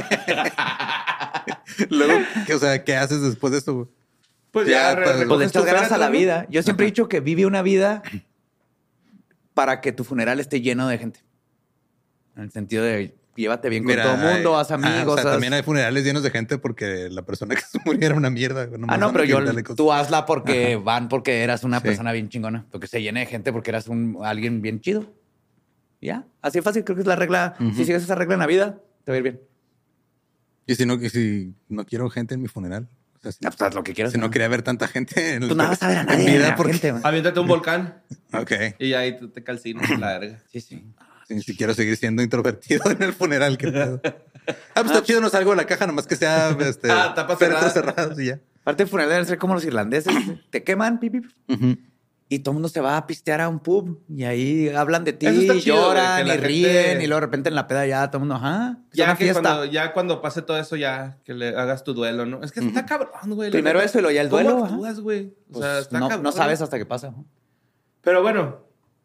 Luego, o sea, ¿qué haces después de eso, güey? Pues ya pues le echas ganas a la vida. Yo siempre he dicho que vive una vida para que tu funeral esté lleno de gente. En el sentido de llévate bien con todo el mundo, haz amigos. O sea, también hay funerales llenos de gente porque la persona que se murió era una mierda. No, pero tú hazla porque van porque eras una persona bien chingona. Porque se llene de gente porque eras alguien bien chido. Ya, así es fácil. Creo que es la regla. Si sigues esa regla en la vida, te va a ir bien. ¿Y si no quiero gente en mi funeral? O sea, pues haz lo que quieras. si no quería ver tanta gente en Tú no vas a ver a nadie. vida la porque... gente, man. Aviéntate un volcán Ok. y ahí te calcinas la verga. Sí, sí. Sí, si quiero seguir siendo introvertido en el funeral, qué pedo. Pues está chido, no salgo de la caja, nomás que sea tapas puertas cerradas. cerradas y ya. Aparte el funeral debe ser como los irlandeses. Te queman, pip, pip, y todo el mundo se va a pistear a un pub y ahí hablan de ti, Eso está y chido, lloran güey, y que la ríen gente- y luego de repente en la peda ya todo el mundo, ajá, es Ya una que fiesta. cuando pase todo eso, ya que le hagas tu duelo, ¿no? Es que está cabrón, güey. la Primero neta. eso y luego ya el ¿Cómo duelo, ajá. actúas, güey? O Pues, sea, está no, cabrón. no sabes hasta que pasa. ¿No? Pero bueno,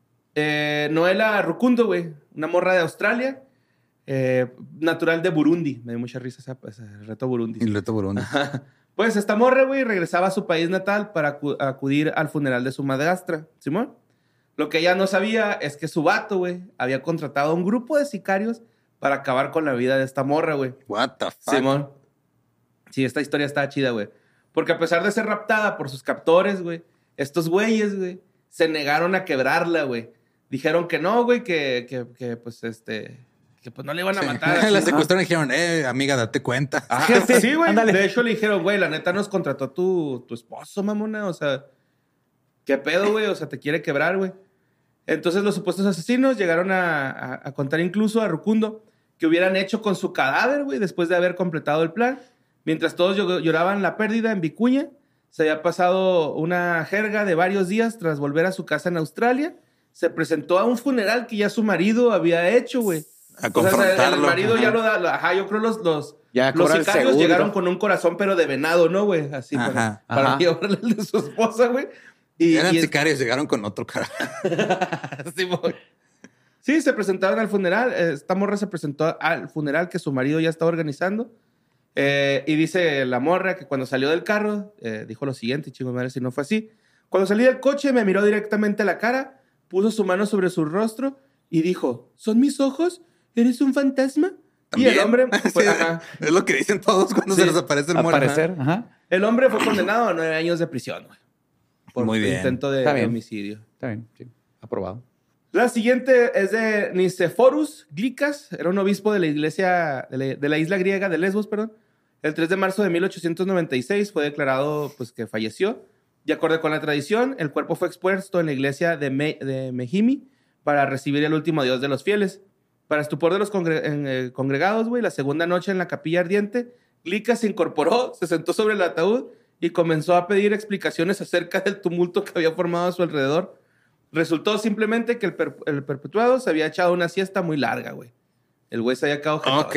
Noela Rukundo, güey, una morra de Australia, natural de Burundi. Me dio mucha risa ese reto Burundi. Y Leto Burundi. Pues esta morra, güey, regresaba a su país natal para acudir al funeral de su madrastra, ¿Simón? Lo que ella no sabía es que su vato, güey, había contratado a un grupo de sicarios para acabar con la vida de esta morra, güey. What the fuck? Simón. Sí, esta historia está chida, güey. Porque a pesar de ser raptada por sus captores, güey, estos güeyes, güey, se negaron a quebrarla, güey. Dijeron que no, güey, que pues, que pues no le iban a Sí. matar. así. La secuestraron y dijeron, amiga, date cuenta. Ah, Sí, sí, güey. ándale. De hecho, le dijeron, güey, la neta nos contrató tu esposo, mamona. O sea, ¿qué pedo, güey? O sea, te quiere quebrar, güey. Entonces, los supuestos asesinos llegaron a contar incluso a Rukundo que hubieran hecho con su cadáver, güey, después de haber completado el plan. Mientras todos lloraban la pérdida en Vicuña, se había pasado una jerga de varios días tras volver a su casa en Australia. Se presentó a un funeral que ya su marido había hecho, güey. A O sea, confrontarlo. el marido ya Ajá. lo da. Ajá, yo creo los Ya los cobra el sicarios seguro. llegaron con un corazón, pero de venado, ¿no, güey? Así Ajá, para ajá. llevarle el de su esposa, güey. Y Eran y es- sicarios, llegaron con otro cara. Sí, güey. Sí, se presentaron al funeral. Esta morra se presentó al funeral que su marido ya estaba organizando. Y dice la morra que cuando salió del carro, dijo lo siguiente, chingo de madre, si no fue así. Cuando salí del coche, me miró directamente a la cara, puso su mano sobre su rostro y dijo, ¿son mis ojos? ¿Eres un fantasma? Y el hombre, pues, Sí, ajá. es lo que dicen todos cuando Sí. se les aparece el Al muerto. parecer, ajá. El hombre fue condenado a 9 años de prisión, güey. Por Muy bien. intento de Está bien. homicidio. Está bien, sí. Aprobado. La siguiente es de Nicephorus Glikas, era un obispo de la iglesia de la isla griega de Lesbos, perdón. El 3 de marzo de 1896 fue declarado pues, que falleció. De acuerdo con la tradición, el cuerpo fue expuesto en la iglesia de Mehimi para recibir el último adiós de los fieles. Para estupor de los congregados, güey, la segunda noche en la capilla ardiente, Glikas se incorporó, se sentó sobre el ataúd y comenzó a pedir explicaciones acerca del tumulto que había formado a su alrededor. Resultó simplemente que el perpetuado se había echado una siesta muy larga, güey. El güey se había quedado jetón. Ok.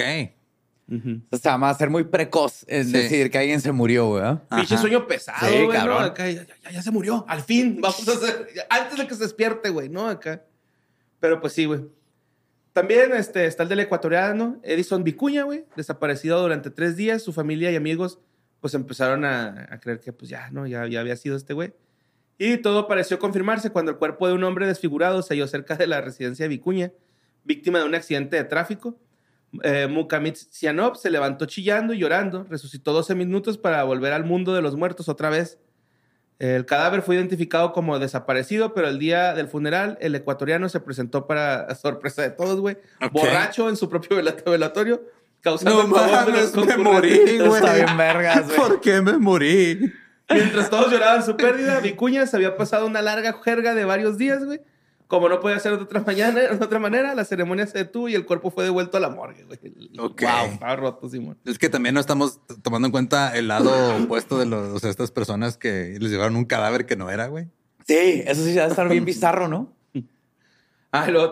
Ujú. O sea, va a ser muy precoz en Sí. decir que alguien se murió, güey. ¿Ah? Pinche Ajá. sueño pesado, Sí, güey, ¿no? cabrón. Acá ya se murió. Al fin, vamos a hacer... Antes de que se despierte, güey, ¿no? Acá. Pero pues sí, güey. También está el del ecuatoriano Edison Vicuña, güey. Desaparecido durante 3 días. Su familia y amigos pues empezaron a creer que pues ya, ¿no? Ya había sido este güey. Y todo pareció confirmarse cuando el cuerpo de un hombre desfigurado se halló cerca de la residencia de Vicuña, víctima de un accidente de tráfico. Mukamit Sianov se levantó chillando y llorando, resucitó 12 minutos para volver al mundo de los muertos otra vez. El cadáver fue identificado como desaparecido, pero el día del funeral, el ecuatoriano se presentó para sorpresa de todos, güey, Ok. borracho en su propio velatorio, causando No el pavor de los mames, me concurrentes. morí, güey. Está bien vergas, güey. ¿Por qué me morí? Mientras todos lloraban su pérdida, Vicuña se había pasado una larga jerga de varios días, güey. Como no podía ser de otra manera, la ceremonia se detuvo y el cuerpo fue devuelto a la morgue, güey. Ok. Wow, estaba roto, Simón. Es que también no estamos tomando en cuenta el lado opuesto de los, o sea, estas personas que les llevaron un cadáver que no era, güey. Sí, eso sí va a estar bien bizarro, ¿no? Ah, y luego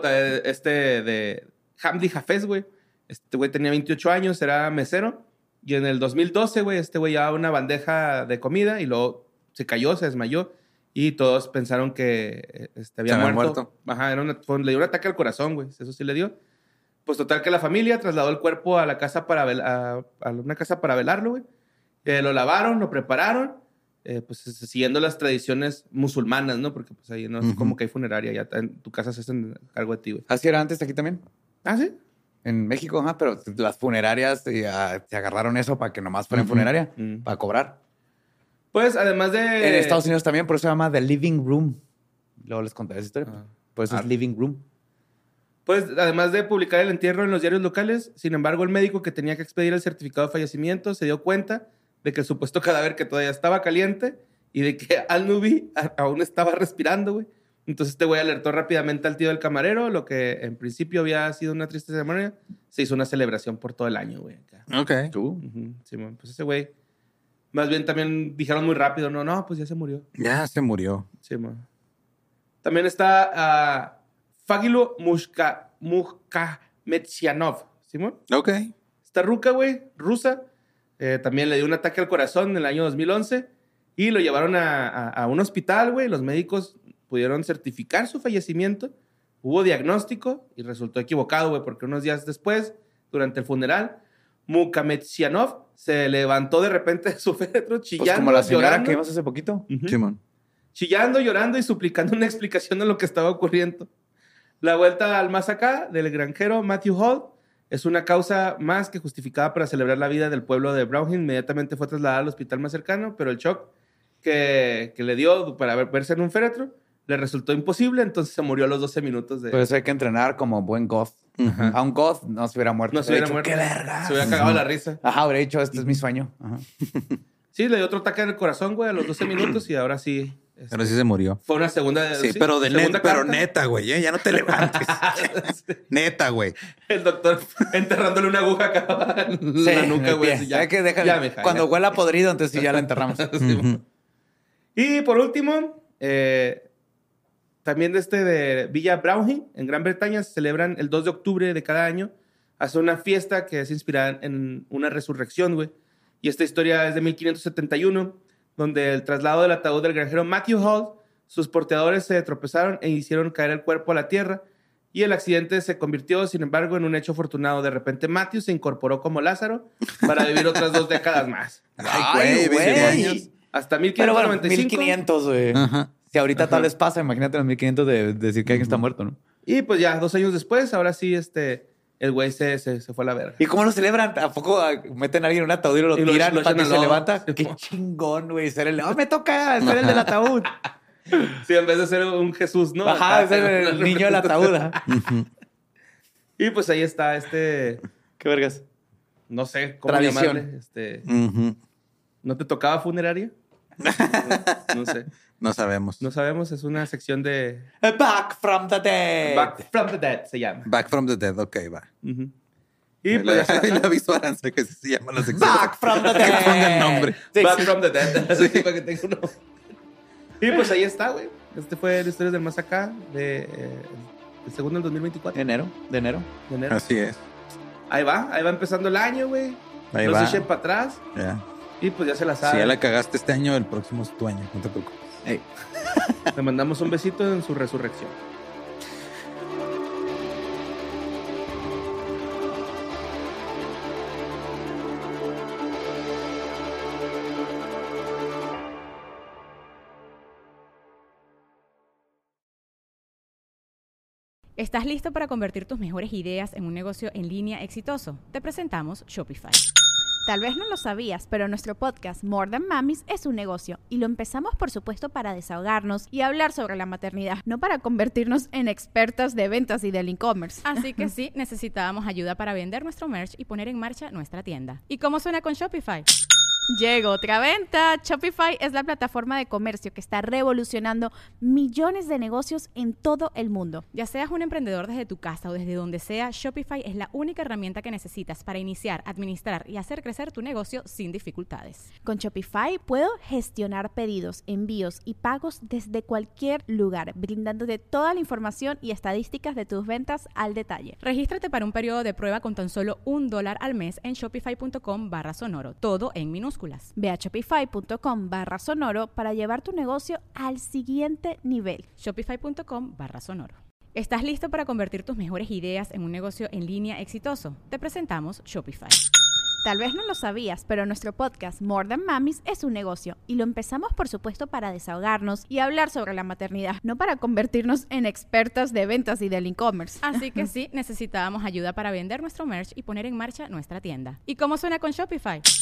de Hamdi Hafez, güey. Este güey tenía 28 años, era mesero. Y en el 2012, güey, este güey llevaba una bandeja de comida y luego se cayó, se desmayó. Y todos pensaron que había muerto. Ajá, le dio un ataque al corazón, güey. Eso sí le dio. Pues total que la familia trasladó el cuerpo a la casa a una casa para velarlo, güey. Lo lavaron, lo prepararon, pues siguiendo las tradiciones musulmanas, ¿no? Porque pues ahí no es como que hay funeraria, ya en tu casa se hacen cargo de ti, güey. Así era antes aquí también. ¿Ah, sí? En México, ajá, pero las funerarias se agarraron eso para que nomás fueran funeraria, Mm. para cobrar. Pues además de... En Estados Unidos también, por eso se llama The Living Room. Luego les contaré esa historia. Ah. Por eso es Living Room. Pues además de publicar el entierro en los diarios locales, sin embargo, el médico que tenía que expedir el certificado de fallecimiento se dio cuenta de que el supuesto cadáver que todavía estaba caliente y de que Al-Nubi aún estaba respirando, güey. Entonces este güey alertó rápidamente al tío del camarero, lo que en principio había sido una triste ceremonia. Se hizo una celebración por todo el año, güey. Ok. Sí, man. Pues ese güey, más bien también dijeron muy rápido, no, pues ya se murió. Ya se murió. Sí, man. También está Fagilo Mukhmedsyanov, ¿Simón? Ok. Esta ruca, güey, rusa, también le dio un ataque al corazón en el año 2011 y lo llevaron a un hospital, güey. Los médicos pudieron certificar su fallecimiento. Hubo diagnóstico y resultó equivocado, güey, porque unos días después, durante el funeral, Mukhmedsyanov se levantó de repente de su féretro chillando, Pues como la señora llorando. que vimos hace poquito. Simón. Chillando, llorando y suplicando una explicación de lo que estaba ocurriendo. La vuelta al más acá del granjero Matthew Hall es una causa más que justificada para celebrar la vida del pueblo de Brownhill. Inmediatamente fue trasladado al hospital más cercano, pero el shock que le dio para verse en un féretro le resultó imposible, entonces se murió a los 12 minutos de... Por eso hay que entrenar como buen goth. A un goth no se hubiera muerto. no se hubiera dicho, muerto. ¡Qué verga! Se hubiera cagado la risa. Ajá, habría dicho, este es mi sueño. Ajá. Sí, le dio otro ataque en el corazón, güey, a los 12 minutos y ahora sí... Pero sí se murió. Fue una segunda... Sí, pero segunda pero carta. neta, güey. Ya no te levantes. Neta, güey. El doctor enterrándole una aguja acá en la nuca, el güey. pie. así, Ya que déjale. ya, mija, Cuando ya. huela podrido, entonces sí ya la enterramos. Sí. Y por último, también de Villa Brownhill, en Gran Bretaña, se celebran el 2 de octubre de cada año. Hace una fiesta que es inspirada en una resurrección, güey. Y esta historia es de 1571, donde el traslado del ataúd del granjero Matthew Hall, sus porteadores se tropezaron e hicieron caer el cuerpo a la tierra. Y el accidente se convirtió, sin embargo, en un hecho afortunado. De repente, Matthew se incorporó como Lázaro para vivir otras 2 décadas más. Ay, güey. 20 años. Hasta Pero bueno, 1595. 1500, güey. Ajá. Si ahorita tal les pasa, imagínate los 1500 de decir que alguien está muerto, ¿no? Y pues ya, 2 años después, ahora sí, el güey se fue a la verga. ¿Y cómo lo celebran? ¿A poco meten a alguien en un ataúd y lo Y lo tiran echan para que al se lodo. levanta? Sí, Qué mo. chingón, güey. Ser el... ¡Oh, me toca ser el del ataúd! Sí, en vez de ser un Jesús, ¿no? Ajá, Acá, ser el niño del ataúd. Ajá. Y pues ahí está ¿Qué vergas? no sé cómo Tradición. llamarle. Ujú. ¿No te tocaba funeraria? No sé. No sabemos. No sabemos, es una sección de... Back from the dead. Back from the Dead se llama. Back from the Dead. Ok, va. Ujú. Y pues ya La aviso a Aranza que se llama la sección. Back from the Que dead. ponga el nombre. Sí, Back sí. from the Dead. Así para que tenga uno. Y pues ahí está, güey. Este fue el Historias del Más Acá de el segundo del 2024. De enero. De enero. Así es. Ahí va empezando el año, güey. Ahí No va. se echen para atrás. Ya. Y pues ya se la Si saben. ya la cagaste este año, el próximo es tu año. No te preocupes. Ey. Le mandamos un besito en su resurrección. ¿Estás listo para convertir tus mejores ideas en un negocio en línea exitoso? Te presentamos Shopify. Tal vez no lo sabías, pero nuestro podcast More Than Mamis es un negocio y lo empezamos por supuesto para desahogarnos y hablar sobre la maternidad, no para convertirnos en expertas de ventas y del e-commerce. Así que sí, necesitábamos ayuda para vender nuestro merch y poner en marcha nuestra tienda. ¿Y cómo suena con Shopify? Llegó otra venta. Shopify es la plataforma de comercio que está revolucionando millones de negocios en todo el mundo. Ya seas un emprendedor desde tu casa o desde donde sea, Shopify es la única herramienta que necesitas para iniciar, administrar y hacer crecer tu negocio sin dificultades. Con Shopify puedo gestionar pedidos, envíos y pagos desde cualquier lugar, brindándote toda la información y estadísticas de tus ventas al detalle. Regístrate para un periodo de prueba con tan solo $1 al mes en shopify.com/sonoro, todo en minúsculas. Ve a shopify.com/sonoro para llevar tu negocio al siguiente nivel. Shopify.com/sonoro. ¿Estás listo para convertir tus mejores ideas en un negocio en línea exitoso? Te presentamos Shopify. Tal vez no lo sabías, pero nuestro podcast More Than Mamis es un negocio y lo empezamos por supuesto para desahogarnos y hablar sobre la maternidad, no para convertirnos en expertas de ventas y del e-commerce. Así que sí, necesitábamos ayuda para vender nuestro merch y poner en marcha nuestra tienda. ¿Y cómo suena con Shopify?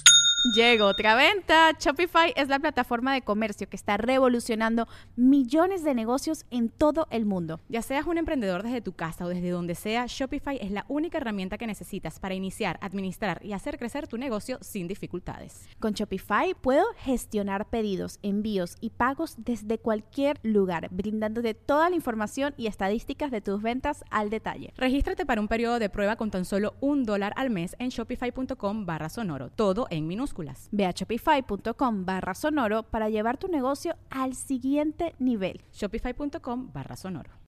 Llegó otra venta. Shopify es la plataforma de comercio que está revolucionando millones de negocios en todo el mundo. Ya seas un emprendedor desde tu casa o desde donde sea, Shopify es la única herramienta que necesitas para iniciar, administrar y hacer crecer tu negocio sin dificultades. Con Shopify puedo gestionar pedidos, envíos y pagos desde cualquier lugar, brindándote toda la información y estadísticas de tus ventas al detalle. Regístrate para un periodo de prueba con tan solo $1 al mes en shopify.com/sonoro, todo en minúsculas. Ve a shopify.com/sonoro para llevar tu negocio al siguiente nivel. Shopify.com/sonoro.